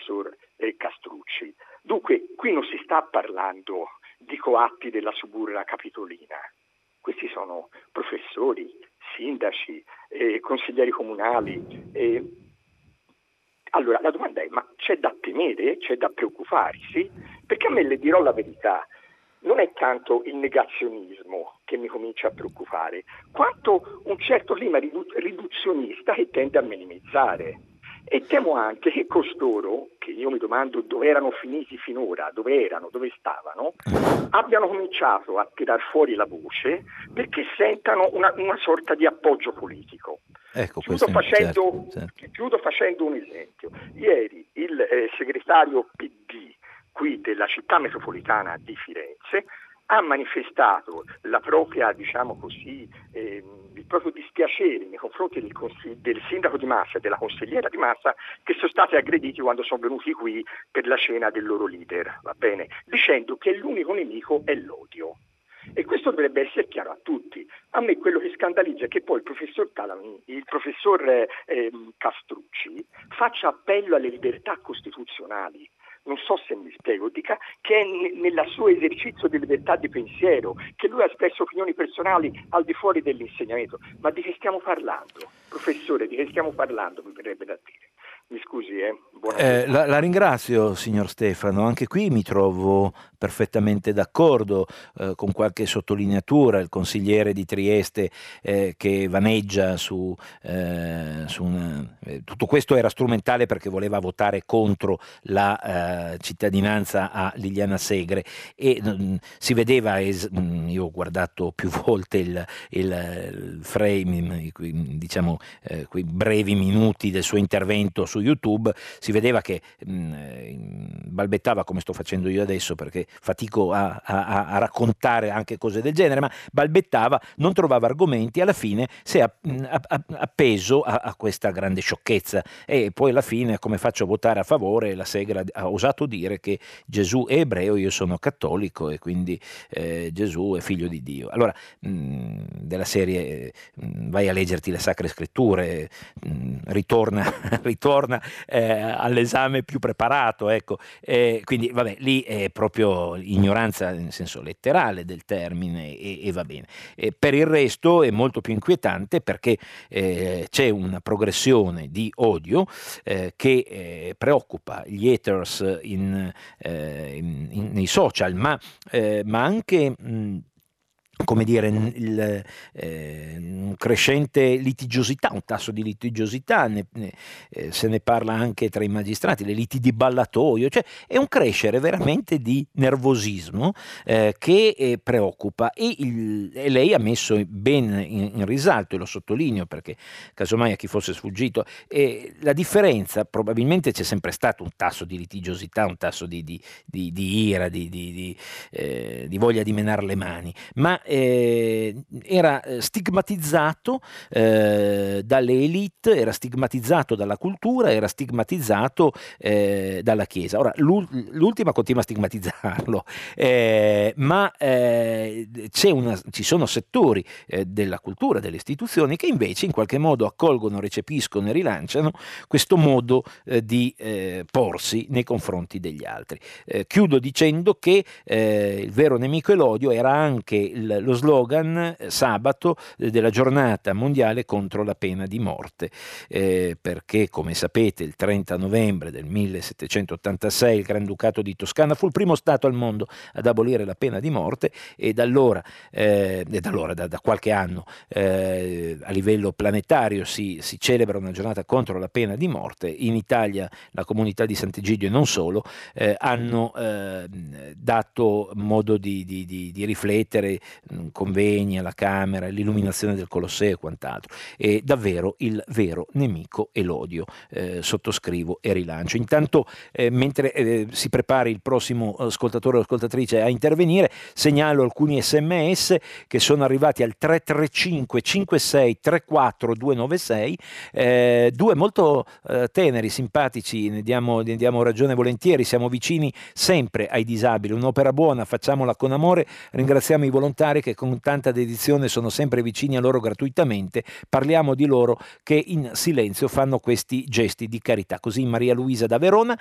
Dunque, qui non si sta parlando di coatti della suburra capitolina. Questi sono professori, sindaci, consiglieri comunali. Allora la domanda è: ma c'è da temere? C'è da preoccuparsi? Perché a me, le dirò la verità, non è tanto il negazionismo che mi comincia a preoccupare, quanto un certo clima riduzionista che tende a minimizzare. E temo anche che costoro, che io mi domando dove erano finiti finora, dove stavano, abbiano cominciato a tirar fuori la voce perché sentano una sorta di appoggio politico. Ecco, Chiudo facendo un esempio. Ieri il segretario PD qui della città metropolitana di Firenze ha manifestato la propria, diciamo così, il proprio dispiacere nei confronti del sindaco di Massa e della consigliera di Massa, che sono stati aggrediti quando sono venuti qui per la cena del loro leader, va bene? Dicendo che l'unico nemico è l'odio. E questo dovrebbe essere chiaro a tutti. A me quello che scandalizza è che poi il professor Castrucci faccia appello alle libertà costituzionali. Non so se mi spiego, dica che è nel suo esercizio di libertà di pensiero, che lui ha espresso opinioni personali al di fuori dell'insegnamento. Ma di che stiamo parlando? Professore, di che stiamo parlando, mi verrebbe da dire. Mi scusi, la ringrazio, signor Stefano. Anche qui mi trovo perfettamente d'accordo, con qualche sottolineatura. Il consigliere di Trieste che vaneggia su tutto questo era strumentale perché voleva votare contro la cittadinanza a Liliana Segre, e si vedeva, io ho guardato più volte il frame, diciamo quei brevi minuti del suo intervento su YouTube, si vedeva che balbettava come sto facendo io adesso, perché fatico a raccontare anche cose del genere, ma balbettava, non trovava argomenti, alla fine si è appeso a questa grande sciocchezza, e poi alla fine, come faccio a votare a favore? La Segre ha osato dire che Gesù è ebreo, io sono cattolico e quindi Gesù è figlio di Dio. Allora, della serie, vai a leggerti le Sacre Scritture, ritorna all'esame più preparato, ecco. Quindi vabbè, lì è proprio ignoranza nel senso letterale del termine, e va bene. Per il resto è molto più inquietante perché c'è una progressione di odio che preoccupa gli haters nei social, ma anche come dire, crescente litigiosità, un tasso di litigiosità, se ne parla anche tra i magistrati, le liti di ballatoio, cioè è un crescere veramente di nervosismo che preoccupa, e lei ha messo ben in risalto, e lo sottolineo perché casomai a chi fosse sfuggito, la differenza: probabilmente c'è sempre stato un tasso di litigiosità, un tasso di ira, di voglia di menare le mani, ma era stigmatizzato dalle elite, era stigmatizzato dalla cultura, era stigmatizzato dalla Chiesa. Ora l'ultima continua a stigmatizzarlo, ma ci sono settori della cultura, delle istituzioni, che invece in qualche modo accolgono, recepiscono e rilanciano questo modo di porsi nei confronti degli altri. Chiudo dicendo che il vero nemico è l'odio, era anche lo slogan sabato della giornata mondiale contro la pena di morte, perché come sapete il 30 novembre del 1786 il Granducato di Toscana fu il primo Stato al mondo ad abolire la pena di morte, e da qualche anno a livello planetario si celebra una giornata contro la pena di morte. In Italia la comunità di Sant'Egidio e non solo hanno dato modo di riflettere, convegni alla Camera, l'illuminazione del Colosseo e quant'altro. E davvero il vero nemico è l'odio. Sottoscrivo e rilancio. Intanto mentre si prepari il prossimo ascoltatore o ascoltatrice a intervenire, segnalo alcuni SMS che sono arrivati al 335 56 34 296, due molto teneri, simpatici, ne diamo ragione volentieri. Siamo vicini sempre ai disabili, un'opera buona, facciamola con amore, ringraziamo i volontari che con tanta dedizione sono sempre vicini a loro gratuitamente, parliamo di loro che in silenzio fanno questi gesti di carità. Così Maria Luisa da Verona.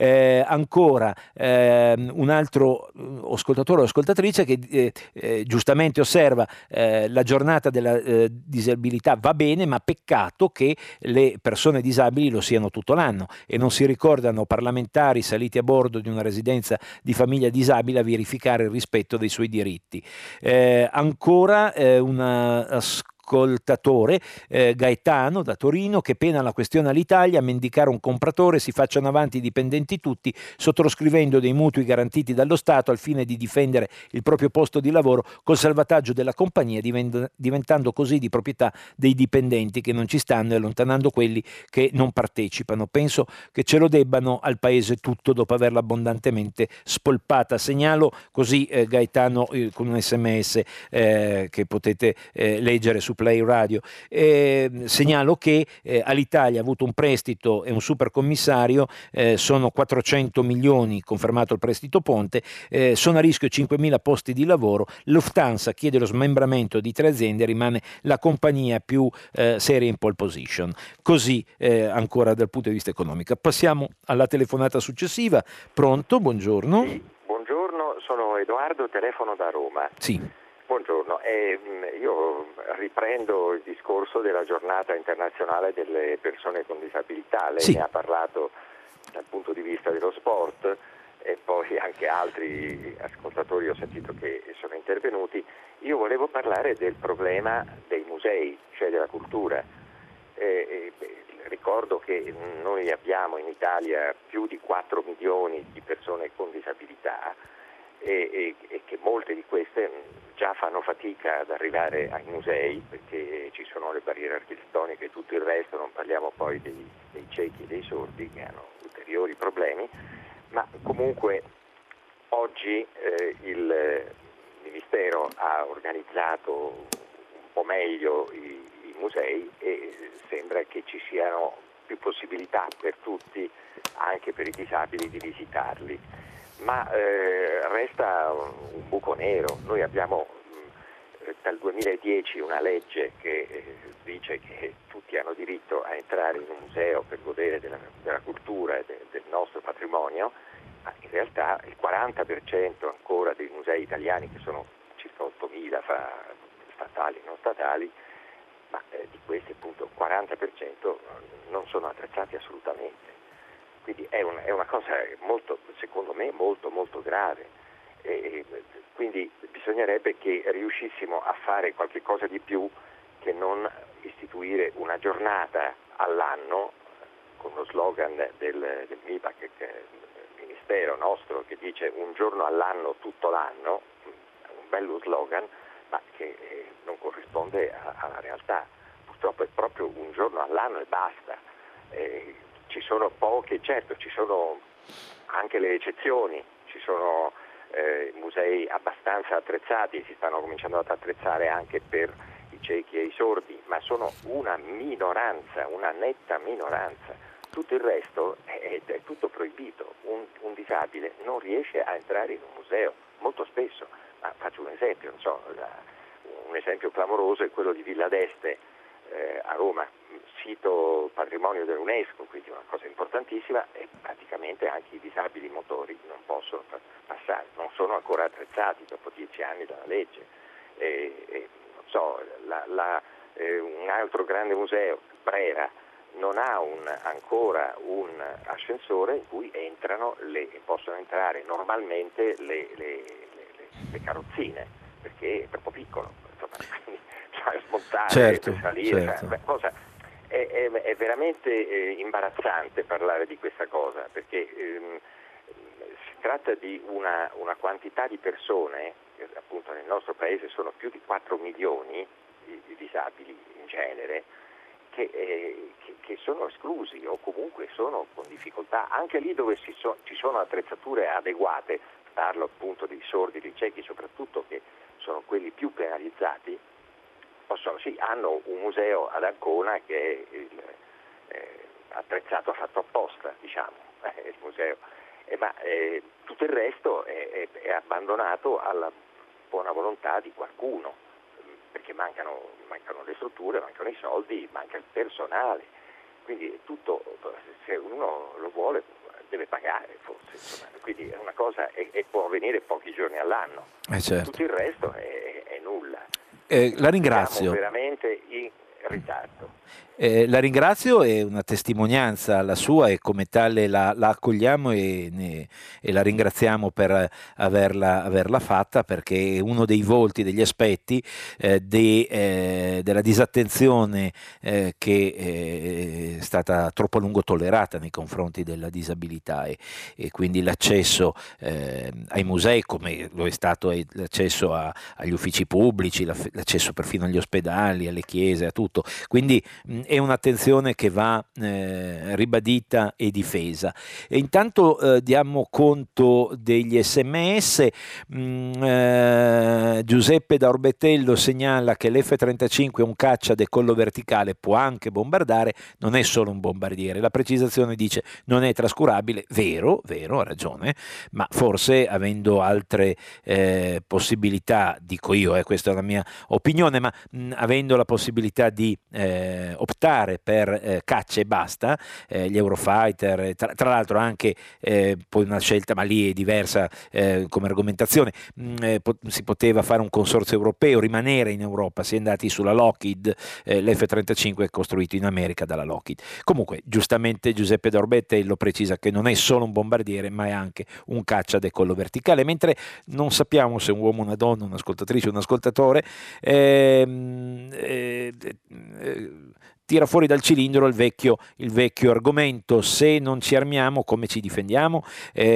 Ancora un altro ascoltatore o ascoltatrice che giustamente osserva la giornata della disabilità va bene, ma peccato che le persone disabili lo siano tutto l'anno e non si ricordano parlamentari saliti a bordo di una residenza di famiglia disabile a verificare il rispetto dei suoi diritti. Ancora una ascoltatore, Gaetano da Torino, che pena la questione all'Italia, mendicare un compratore, si facciano avanti i dipendenti tutti sottoscrivendo dei mutui garantiti dallo Stato al fine di difendere il proprio posto di lavoro col salvataggio della compagnia, diventando così di proprietà dei dipendenti che non ci stanno e allontanando quelli che non partecipano. Penso che ce lo debbano al paese tutto dopo averla abbondantemente spolpata. Segnalo così Gaetano con un SMS che potete leggere su Play Radio. Segnalo che all'Italia ha avuto un prestito e un supercommissario, sono 400 milioni, confermato il prestito ponte, sono a rischio 5.000 posti di lavoro. Lufthansa chiede lo smembramento di 3 aziende, rimane la compagnia più seria in pole position. Così ancora dal punto di vista economico. Passiamo alla telefonata successiva. Pronto? Buongiorno. Sì, buongiorno, sono Edoardo, telefono da Roma. Sì. Buongiorno, io riprendo il discorso della giornata internazionale delle persone con disabilità. Lei Sì. ne ha parlato dal punto di vista dello sport e poi anche altri ascoltatori ho sentito che sono intervenuti. Io volevo parlare del problema dei musei, cioè della cultura. Ricordo che noi abbiamo in Italia più di 4 milioni di persone con disabilità e che molte di queste già fanno fatica ad arrivare ai musei perché ci sono le barriere architettoniche e tutto il resto, non parliamo poi dei ciechi e dei sordi che hanno ulteriori problemi, ma comunque oggi il Ministero ha organizzato un po' meglio i musei e sembra che ci siano più possibilità per tutti, anche per i disabili, di visitarli. Ma resta un buco nero. Noi abbiamo dal 2010 una legge che dice che tutti hanno diritto a entrare in un museo per godere della cultura e del nostro patrimonio, ma in realtà il 40% ancora dei musei italiani, che sono circa 8.000 statali e non statali, ma di questi appunto il 40% non sono attrezzati assolutamente. Quindi è una cosa molto, secondo me, molto molto grave. Quindi bisognerebbe che riuscissimo a fare qualche cosa di più che non istituire una giornata all'anno con lo slogan del MIPAC, del Ministero nostro, che dice un giorno all'anno tutto l'anno, un bello slogan, ma che non corrisponde alla realtà. Purtroppo è proprio un giorno all'anno e basta. Ci sono poche, certo, ci sono anche le eccezioni, ci sono musei abbastanza attrezzati, si stanno cominciando ad attrezzare anche per i ciechi e i sordi, ma sono una minoranza, una netta minoranza. Tutto il resto è tutto proibito. Un disabile non riesce a entrare in un museo, molto spesso. Ma faccio un esempio, non so, un esempio clamoroso è quello di Villa d'Este a Roma, sito patrimonio dell'UNESCO, quindi una cosa importantissima, e praticamente anche i disabili motori non possono passare, non sono ancora attrezzati dopo 10 anni dalla legge. non so, un altro grande museo, Brera, non ha ancora un ascensore in cui possono entrare normalmente le carrozzine, perché è troppo piccolo, insomma, quindi smontare, certo, salire, certo. È veramente imbarazzante parlare di questa cosa, perché si tratta di una quantità di persone, appunto nel nostro paese sono più di 4 milioni di disabili in genere, che sono esclusi o comunque sono con difficoltà, anche lì dove ci sono attrezzature adeguate. Parlo appunto dei sordi, dei ciechi soprattutto, che sono quelli più penalizzati. Hanno un museo ad Ancona che è attrezzato, fatto apposta, diciamo, il museo, ma tutto il resto è abbandonato alla buona volontà di qualcuno, perché mancano le strutture, mancano i soldi, manca il personale, quindi tutto, se uno lo vuole, deve pagare forse, insomma. Quindi è una cosa e può avvenire pochi giorni all'anno, Certo. tutto il resto è nulla. La ringrazio. Siamo veramente in ritardo. La ringrazio, è una testimonianza la sua e come tale la accogliamo e la ringraziamo per averla fatta, perché è uno dei volti, degli aspetti della disattenzione che è stata troppo a lungo tollerata nei confronti della disabilità e quindi l'accesso ai musei, come lo è stato l'accesso agli uffici pubblici, l'accesso perfino agli ospedali, alle chiese, a tutto. Quindi è un'attenzione che va ribadita e difesa. E intanto diamo conto degli SMS. Giuseppe da Orbetello segnala che l'F-35 è un caccia a decollo verticale, può anche bombardare, non è solo un bombardiere. La precisazione dice non è trascurabile, vero, ha ragione, ma forse avendo altre possibilità, dico io, questa è la mia opinione, ma avendo la possibilità di optare per caccia e basta, gli Eurofighter, tra l'altro anche poi una scelta, ma lì è diversa come argomentazione, si poteva fare un consorzio europeo, rimanere in Europa, si è andati sulla Lockheed, l'F-35 è costruito in America dalla Lockheed. Comunque giustamente Giuseppe D'Orbetello precisa che non è solo un bombardiere ma è anche un caccia a decollo verticale, mentre non sappiamo se un uomo, una donna, un'ascoltatrice, un ascoltatore tira fuori dal cilindro il vecchio argomento: se non ci armiamo come ci difendiamo?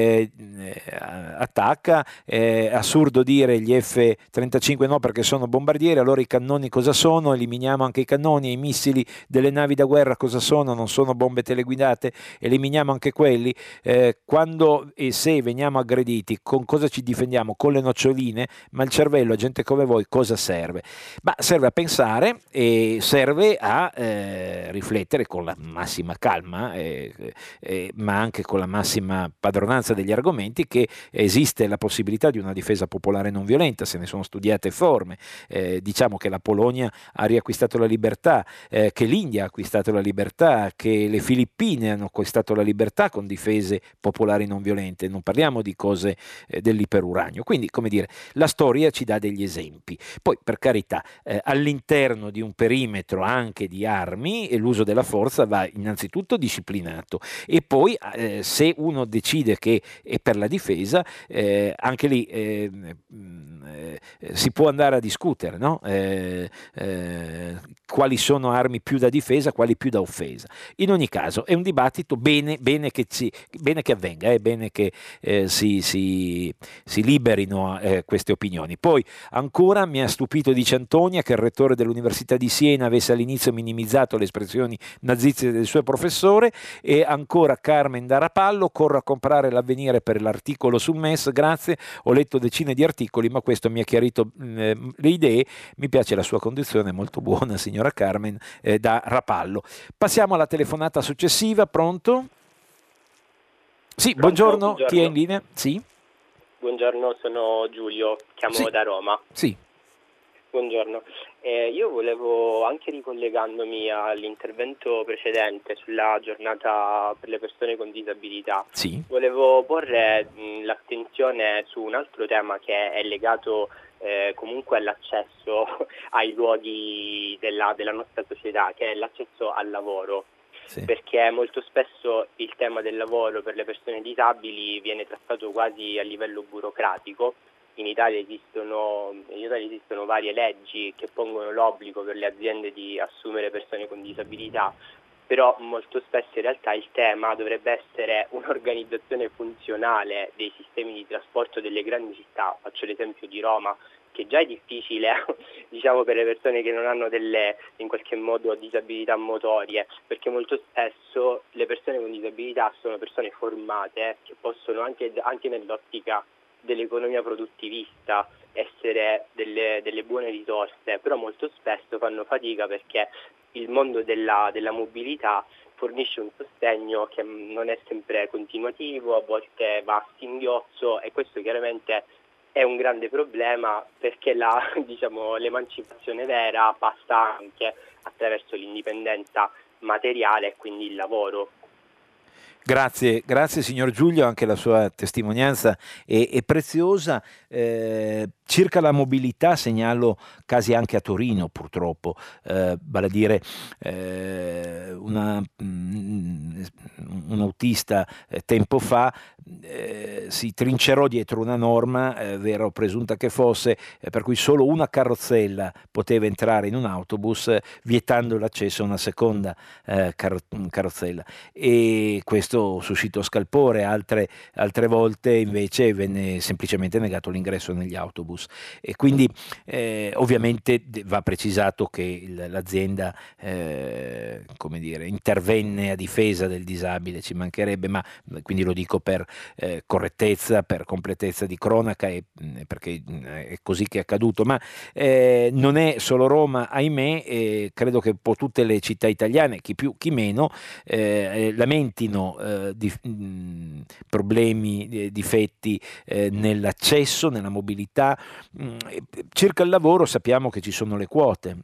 Attacca, è assurdo dire gli F-35 no perché sono bombardieri, allora i cannoni cosa sono? Eliminiamo anche i cannoni, e i missili delle navi da guerra cosa sono? Non sono bombe teleguidate? Eliminiamo anche quelli? Quando e se veniamo aggrediti, con cosa ci difendiamo? Con le noccioline? Ma il cervello a gente come voi cosa serve? Ma serve a pensare e serve a riflettere con la massima calma, ma anche con la massima padronanza degli argomenti, che esiste la possibilità di una difesa popolare non violenta, se ne sono studiate forme. Diciamo che la Polonia ha riacquistato la libertà, che l'India ha acquistato la libertà, che le Filippine hanno acquistato la libertà con difese popolari non violente. Non parliamo di cose dell'iperuranio. Quindi, come dire, la storia ci dà degli esempi. Poi, per carità, all'interno di un perimetro anche di armi, e l'uso della forza va innanzitutto disciplinato, e poi se uno decide che è per la difesa, anche lì si può andare a discutere, no? Quali sono armi più da difesa, quali più da offesa. In ogni caso è un dibattito bene che avvenga, è bene che si liberino queste opinioni. Poi ancora mi ha stupito, dice Antonia, che il rettore dell'Università di Siena avesse all'inizio minimizzato le espressioni nazisti del suo professore. E ancora Carmen da Rapallo: corro a comprare l'Avvenire per l'articolo sul MES, grazie, ho letto decine di articoli ma questo mi ha chiarito le idee. Mi piace la sua condizione, molto buona, signora Carmen da Rapallo. Passiamo alla telefonata successiva. Pronto? Sì, buongiorno. Chi è in linea? Sì. Buongiorno, sono Giulio, chiamo da Roma. Sì. Buongiorno. Io volevo, anche ricollegandomi all'intervento precedente sulla giornata per le persone con disabilità, volevo porre l'attenzione su un altro tema che è legato comunque all'accesso ai luoghi della nostra società, che è l'accesso al lavoro. Sì. Perché molto spesso il tema del lavoro per le persone disabili viene trattato quasi a livello burocratico. In Italia esistono varie leggi che pongono l'obbligo per le aziende di assumere persone con disabilità, però molto spesso in realtà il tema dovrebbe essere un'organizzazione funzionale dei sistemi di trasporto delle grandi città. Faccio l'esempio di Roma, che già è difficile diciamo per le persone che non hanno delle in qualche modo disabilità motorie, perché molto spesso le persone con disabilità sono persone formate che possono anche nell'ottica dell'economia produttivista essere delle buone risorse, però molto spesso fanno fatica perché il mondo della mobilità fornisce un sostegno che non è sempre continuativo, a volte va a singhiozzo, e questo chiaramente è un grande problema, perché l'emancipazione vera passa anche attraverso l'indipendenza materiale e quindi il lavoro. Grazie signor Giulio, anche la sua testimonianza è preziosa. Circa la mobilità segnalo casi anche a Torino purtroppo, vale a dire un autista tempo fa si trincerò dietro una norma, vera o presunta che fosse, per cui solo una carrozzella poteva entrare in un autobus, vietando l'accesso a una seconda carrozzella, e questo suscitò scalpore. Altre volte invece venne semplicemente negato l'ingresso negli autobus, e quindi ovviamente va precisato che l'azienda intervenne a difesa del disabile, ci mancherebbe, ma quindi lo dico per correttezza, per completezza di cronaca, e perché è così che è accaduto. Ma non è solo Roma, ahimè, credo che un po' tutte le città italiane, chi più chi meno, lamentino problemi, difetti nell'accesso, nella mobilità. Circa il lavoro sappiamo che ci sono le quote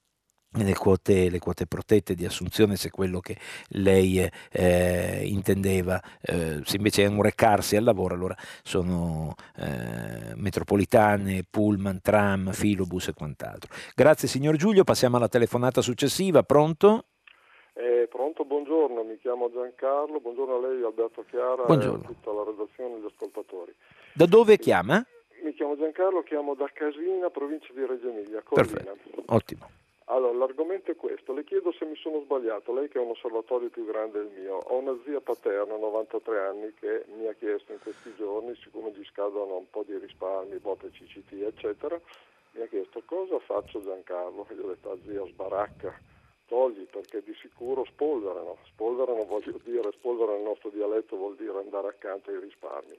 protette di assunzione, se quello che lei intendeva. Se invece è un recarsi al lavoro, allora sono metropolitane, pullman, tram, filobus e quant'altro. Grazie signor Giulio, passiamo alla telefonata successiva. Pronto? Pronto, buongiorno, mi chiamo Giancarlo, buongiorno a lei Alberto Chiara, buongiorno. E a tutta la redazione e gli ascoltatori. Da dove chiama? Mi chiamo Giancarlo, chiamo da Casina, provincia di Reggio Emilia, Collina. Perfetto, ottimo. Allora, l'argomento è questo, le chiedo se mi sono sbagliato, lei che è un osservatorio più grande del mio. Ho una zia paterna, 93 anni, che mi ha chiesto in questi giorni, siccome gli scadono un po' di risparmi, botte CCT, eccetera, mi ha chiesto cosa faccio Giancarlo, e gli ho detto zia sbaracca, togli, perché di sicuro spolverano, voglio dire, spolverano nel nostro dialetto vuol dire andare accanto ai risparmi.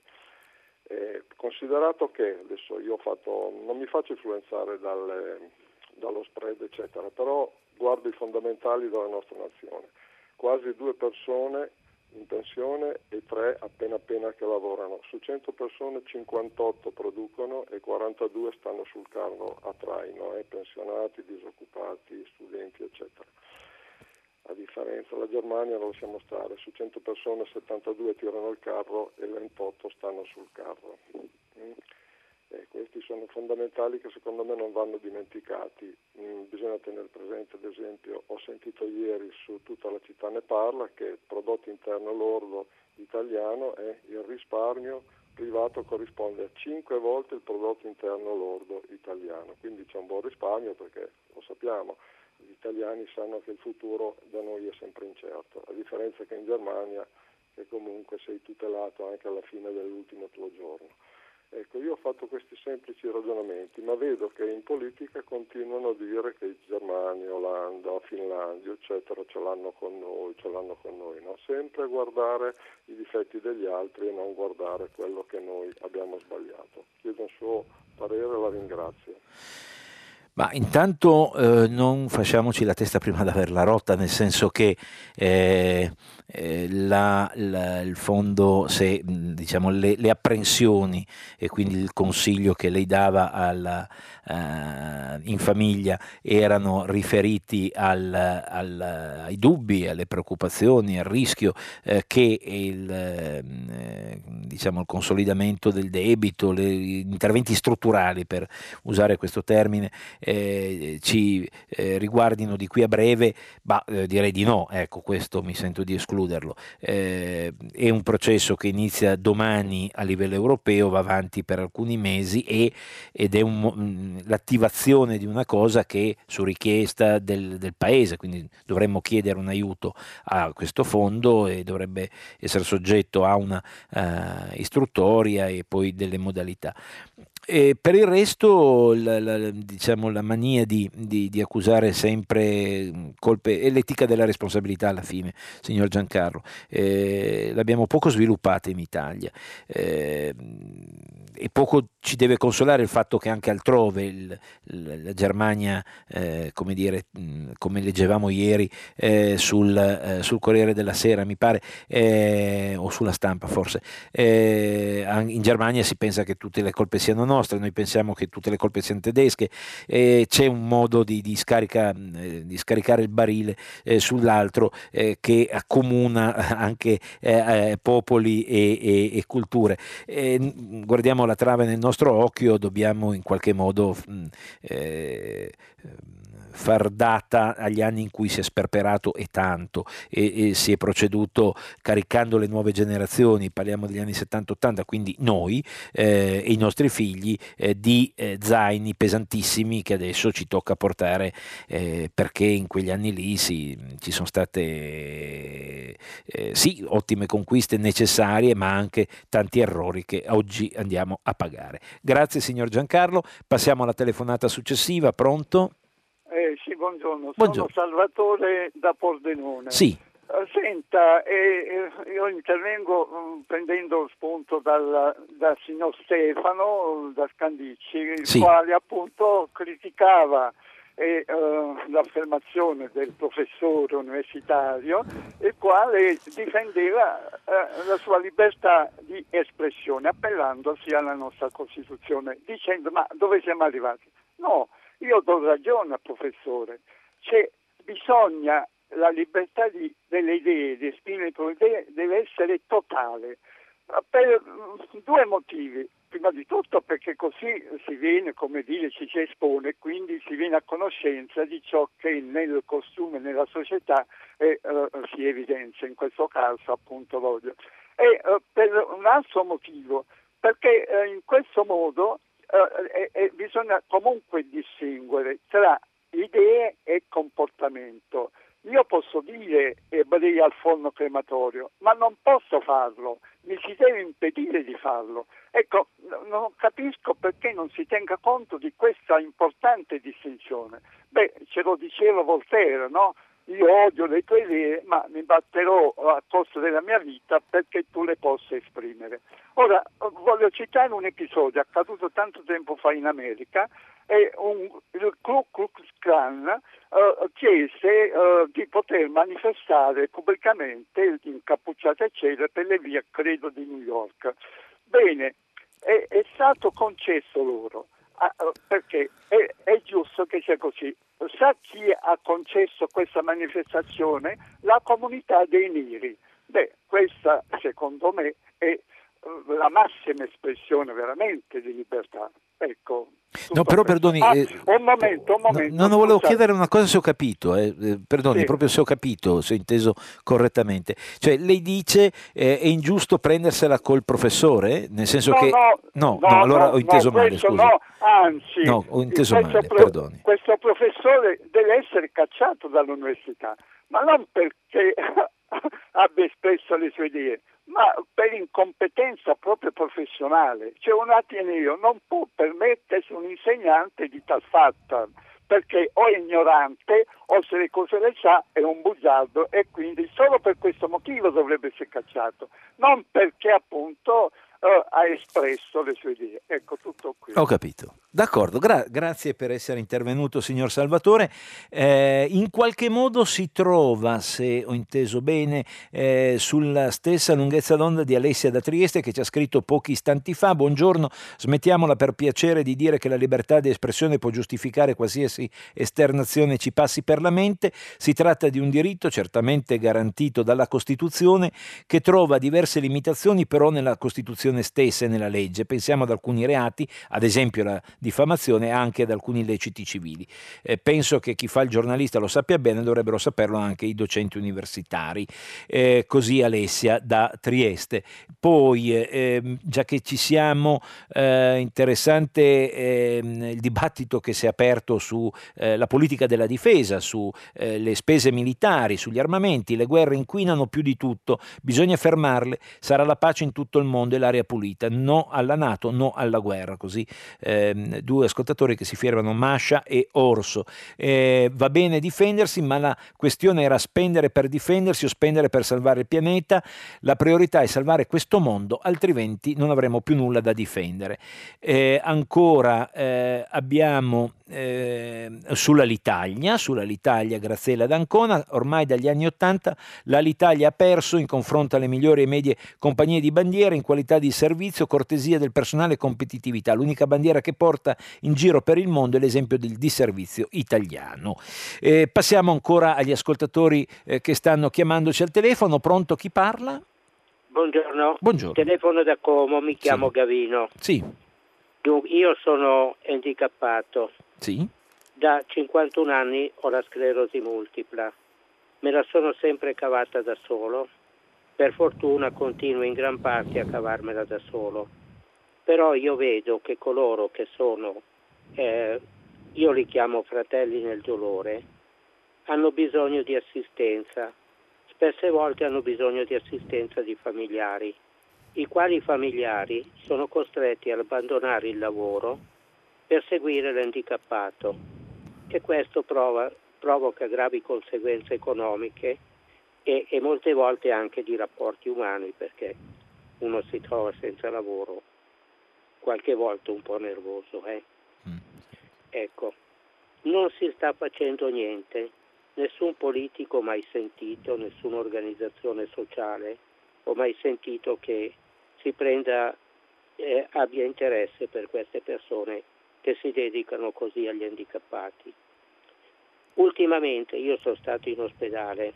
Considerato che adesso io non mi faccio influenzare dallo spread eccetera, però guardo i fondamentali della nostra nazione, quasi 2 persone in pensione e 3 appena che lavorano, su 100 persone 58 producono e 42 stanno sul carro a traino, pensionati, disoccupati, studenti eccetera. A differenza della Germania non lasciamo stare, su 100 persone 72 tirano il carro e 28 stanno sul carro. Questi sono fondamentali che secondo me non vanno dimenticati. Bisogna tenere presente, ad esempio, ho sentito ieri su Tutta la città ne parla, che il prodotto interno lordo italiano il risparmio privato corrisponde a 5 volte il prodotto interno lordo italiano, quindi c'è un buon risparmio, perché lo sappiamo, gli italiani sanno che il futuro da noi è sempre incerto, a differenza che in Germania, che comunque sei tutelato anche alla fine dell'ultimo tuo giorno. Ecco, io ho fatto questi semplici ragionamenti, ma vedo che in politica continuano a dire che Germania, Olanda, Finlandia, eccetera, ce l'hanno con noi, no? Sempre guardare i difetti degli altri e non guardare quello che noi abbiamo sbagliato. Chiedo un suo parere e la ringrazio. Ma intanto non facciamoci la testa prima di averla rotta, nel senso che il fondo, se diciamo, le apprensioni e quindi il consiglio che lei dava in famiglia erano riferiti ai dubbi, alle preoccupazioni, al rischio che diciamo, il consolidamento del debito, gli interventi strutturali, per usare questo termine, ci riguardino di qui a breve, direi di no, ecco, questo mi sento di escluderlo. È un processo che inizia domani a livello europeo, va avanti per alcuni mesi ed è l'attivazione di una cosa che su richiesta del Paese, quindi dovremmo chiedere un aiuto a questo fondo e dovrebbe essere soggetto a una istruttoria e poi delle modalità. E per il resto diciamo, la mania di accusare sempre colpe è l'etica della responsabilità alla fine, signor Giancarlo, l'abbiamo poco sviluppata in Italia, e poco ci deve consolare il fatto che anche altrove la Germania, come dire, come leggevamo ieri sul Corriere della Sera, mi pare, o sulla Stampa forse, in Germania si pensa che tutte le colpe siano nostre, noi pensiamo che tutte le colpe siano tedesche, c'è un modo di scaricare il barile sull'altro che accomuna anche popoli e culture. Guardiamo la trave nel nostro occhio, dobbiamo in qualche modo far data agli anni in cui si è sperperato e tanto e si è proceduto caricando le nuove generazioni, parliamo degli anni 70-80, quindi noi e i nostri figli di zaini pesantissimi che adesso ci tocca portare, perché in quegli anni lì ci sono state sì, ottime conquiste necessarie, ma anche tanti errori che oggi andiamo a pagare. Grazie signor Giancarlo, passiamo alla telefonata successiva. Pronto? Sì, buongiorno. Buongiorno. Sono Salvatore da Pordenone. Sì. Senta, io intervengo prendendo spunto da signor Stefano da Scandicci, il quale appunto criticava l'affermazione del professore universitario, il quale difendeva la sua libertà di espressione appellandosi alla nostra Costituzione, dicendo: ma dove siamo arrivati? No, io do ragione al professore, bisogna, la libertà delle idee, di esprimere le proprie idee deve essere totale, per due motivi. Prima di tutto perché così si viene, come dire, ci si espone, quindi si viene a conoscenza di ciò che nel costume, nella società si evidenzia, in questo caso appunto l'odio. E per un altro motivo, perché in questo modo bisogna comunque distinguere tra idee e comportamento. Io posso dire ebrei al forno crematorio, ma non posso farlo, mi si deve impedire di farlo. Ecco, non capisco perché non si tenga conto di questa importante distinzione. Ce lo diceva Voltaire, no? Io odio le tue idee, ma mi batterò a costo della mia vita perché tu le possa esprimere. Ora, voglio citare un episodio accaduto tanto tempo fa in America. Il Ku Klux Klan chiese di poter manifestare pubblicamente incappucciate eccetera per le vie, credo, di New York. Bene, è stato concesso loro, perché è giusto che sia così. Sa chi ha concesso questa manifestazione? La comunità dei neri. Questa secondo me è la massima espressione veramente di libertà. Ecco. No, però perdoni, un momento. Non volevo chiedere una cosa, se ho capito, perdoni, sì. Proprio se ho capito, se ho inteso correttamente. Cioè, lei dice è ingiusto prendersela col professore? Nel senso allora ho inteso male, scusi. No, anzi, ho inteso male, perdoni. Questo professore deve essere cacciato dall'università, ma non perché abbia espresso le sue idee, ma per incompetenza proprio professionale. Cioè un ateneo non può permettersi un insegnante di tal fatta, perché o è ignorante o se le cose le sa è un bugiardo, e quindi solo per questo motivo dovrebbe essere cacciato, non perché appunto ha espresso le sue idee. Ecco, tutto qui. Ho capito. D'accordo, grazie per essere intervenuto, signor Salvatore. In qualche modo si trova, se ho inteso bene, sulla stessa lunghezza d'onda di Alessia da Trieste, che ci ha scritto pochi istanti fa: buongiorno, smettiamola per piacere di dire che la libertà di espressione può giustificare qualsiasi esternazione ci passi per la mente. Si tratta di un diritto certamente garantito dalla Costituzione, che trova diverse limitazioni però nella Costituzione stessa e nella legge. Pensiamo ad alcuni reati, ad esempio la diffamazione, anche ad alcuni illeciti civili. Penso che chi fa il giornalista lo sappia bene, dovrebbero saperlo anche i docenti universitari. Così Alessia da Trieste. Poi, già che ci siamo, interessante il dibattito che si è aperto su la politica della difesa, su le spese militari, sugli armamenti. Le guerre inquinano più di tutto, bisogna fermarle, sarà la pace in tutto il mondo e l'aria pulita. No alla NATO, no alla guerra. Così due ascoltatori che si firmano Mascia e Orso. Va bene difendersi, ma la questione era spendere per difendersi o spendere per salvare il pianeta. La priorità è salvare questo mondo, altrimenti non avremo più nulla da difendere. Ancora abbiamo sulla Litalia, Graziella d'Ancona: ormai dagli anni '80 la Litalia ha perso in confronto alle migliori e medie compagnie di bandiera in qualità di servizio, cortesia del personale e competitività. L'unica bandiera che porta in giro per il mondo è l'esempio del disservizio italiano. Passiamo ancora agli ascoltatori che stanno chiamandoci al telefono. Pronto, chi parla? Buongiorno. Buongiorno. Telefono da Como, mi chiamo Gavino. Sì. Io sono handicappato. Sì. Da 51 anni ho la sclerosi multipla. Me la sono sempre cavata da solo. Per fortuna continuo in gran parte a cavarmela da solo. Però io vedo che coloro che sono, io li chiamo fratelli nel dolore, hanno bisogno di assistenza. Spesse volte hanno bisogno di assistenza di familiari, i quali familiari sono costretti ad abbandonare il lavoro per seguire l'handicappato, e questo provoca gravi conseguenze economiche e molte volte anche di rapporti umani, perché uno si trova senza lavoro, qualche volta un po' nervoso. Ecco, non si sta facendo niente, nessun politico mai sentito, nessuna organizzazione sociale ho mai sentito che si prenda, abbia interesse per queste persone che si dedicano così agli handicappati. Ultimamente io sono stato in ospedale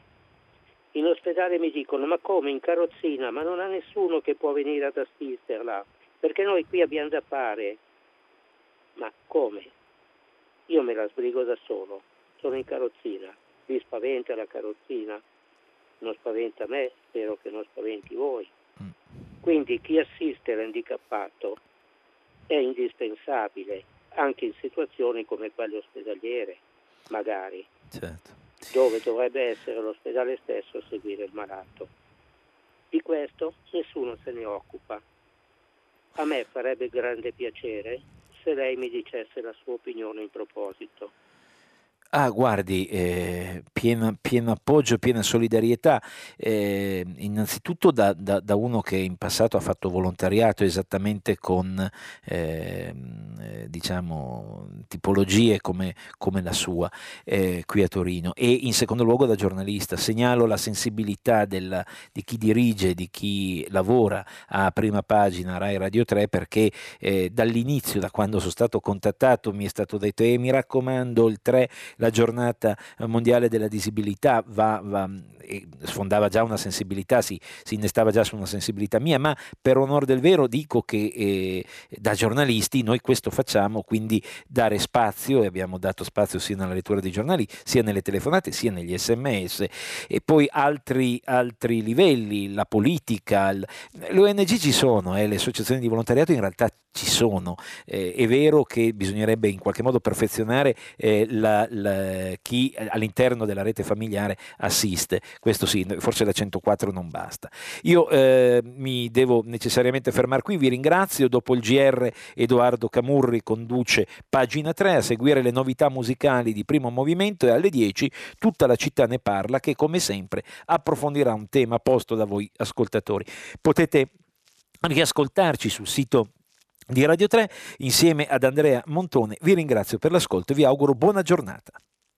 mi dicono: ma come, in carrozzina? Ma non ha nessuno che può venire ad assisterla, perché noi qui abbiamo da fare. Ma come? Io me la sbrigo da solo, sono in carrozzina. Vi spaventa la carrozzina? Non spaventa me, spero che non spaventi voi. Quindi chi assiste l'handicappato è indispensabile, anche in situazioni come quelle ospedaliere, magari, certo, dove dovrebbe essere l'ospedale stesso a seguire il malato. Di questo nessuno se ne occupa. A me farebbe grande piacere se lei mi dicesse la sua opinione in proposito. Guardi, pieno appoggio, piena solidarietà, innanzitutto da uno che in passato ha fatto volontariato esattamente con diciamo tipologie come la sua qui a Torino, e in secondo luogo da giornalista. Segnalo la sensibilità di chi dirige, di chi lavora a Prima Pagina Rai Radio 3, perché dall'inizio, da quando sono stato contattato, mi è stato detto: mi raccomando, il 3, la giornata mondiale della disabilità, e sfondava già una sensibilità, si innestava già su una sensibilità mia, ma per onor del vero dico che da giornalisti noi questo facciamo, quindi dare spazio, e abbiamo dato spazio sia nella lettura dei giornali, sia nelle telefonate, sia negli SMS, e poi altri livelli, la politica, le ONG ci sono, le associazioni di volontariato in realtà ci sono. È vero che bisognerebbe in qualche modo perfezionare chi all'interno della rete familiare assiste, questo sì, forse la 104 non basta. Io mi devo necessariamente fermare qui, vi ringrazio. Dopo il GR Edoardo Camurri conduce Pagina 3, a seguire le novità musicali di Primo Movimento, e alle 10 Tutta la città ne parla, che come sempre approfondirà un tema posto da voi ascoltatori. Potete riascoltarci sul sito di Radio 3, insieme ad Andrea Montone. Vi ringrazio per l'ascolto e vi auguro buona giornata.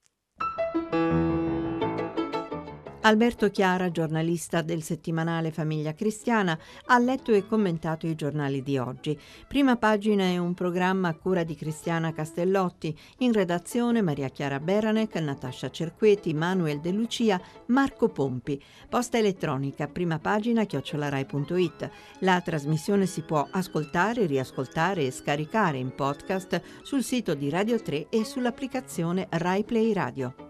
Alberto Chiara, giornalista del settimanale Famiglia Cristiana, ha letto e commentato i giornali di oggi. Prima Pagina è un programma a cura di Cristiana Castellotti, in redazione Maria Chiara Beranec, Natascia Cerqueti, Manuel De Lucia, Marco Pompi. Posta elettronica primapagina@rai.it. La trasmissione si può ascoltare, riascoltare e scaricare in podcast sul sito di Radio 3 e sull'applicazione Rai Play Radio.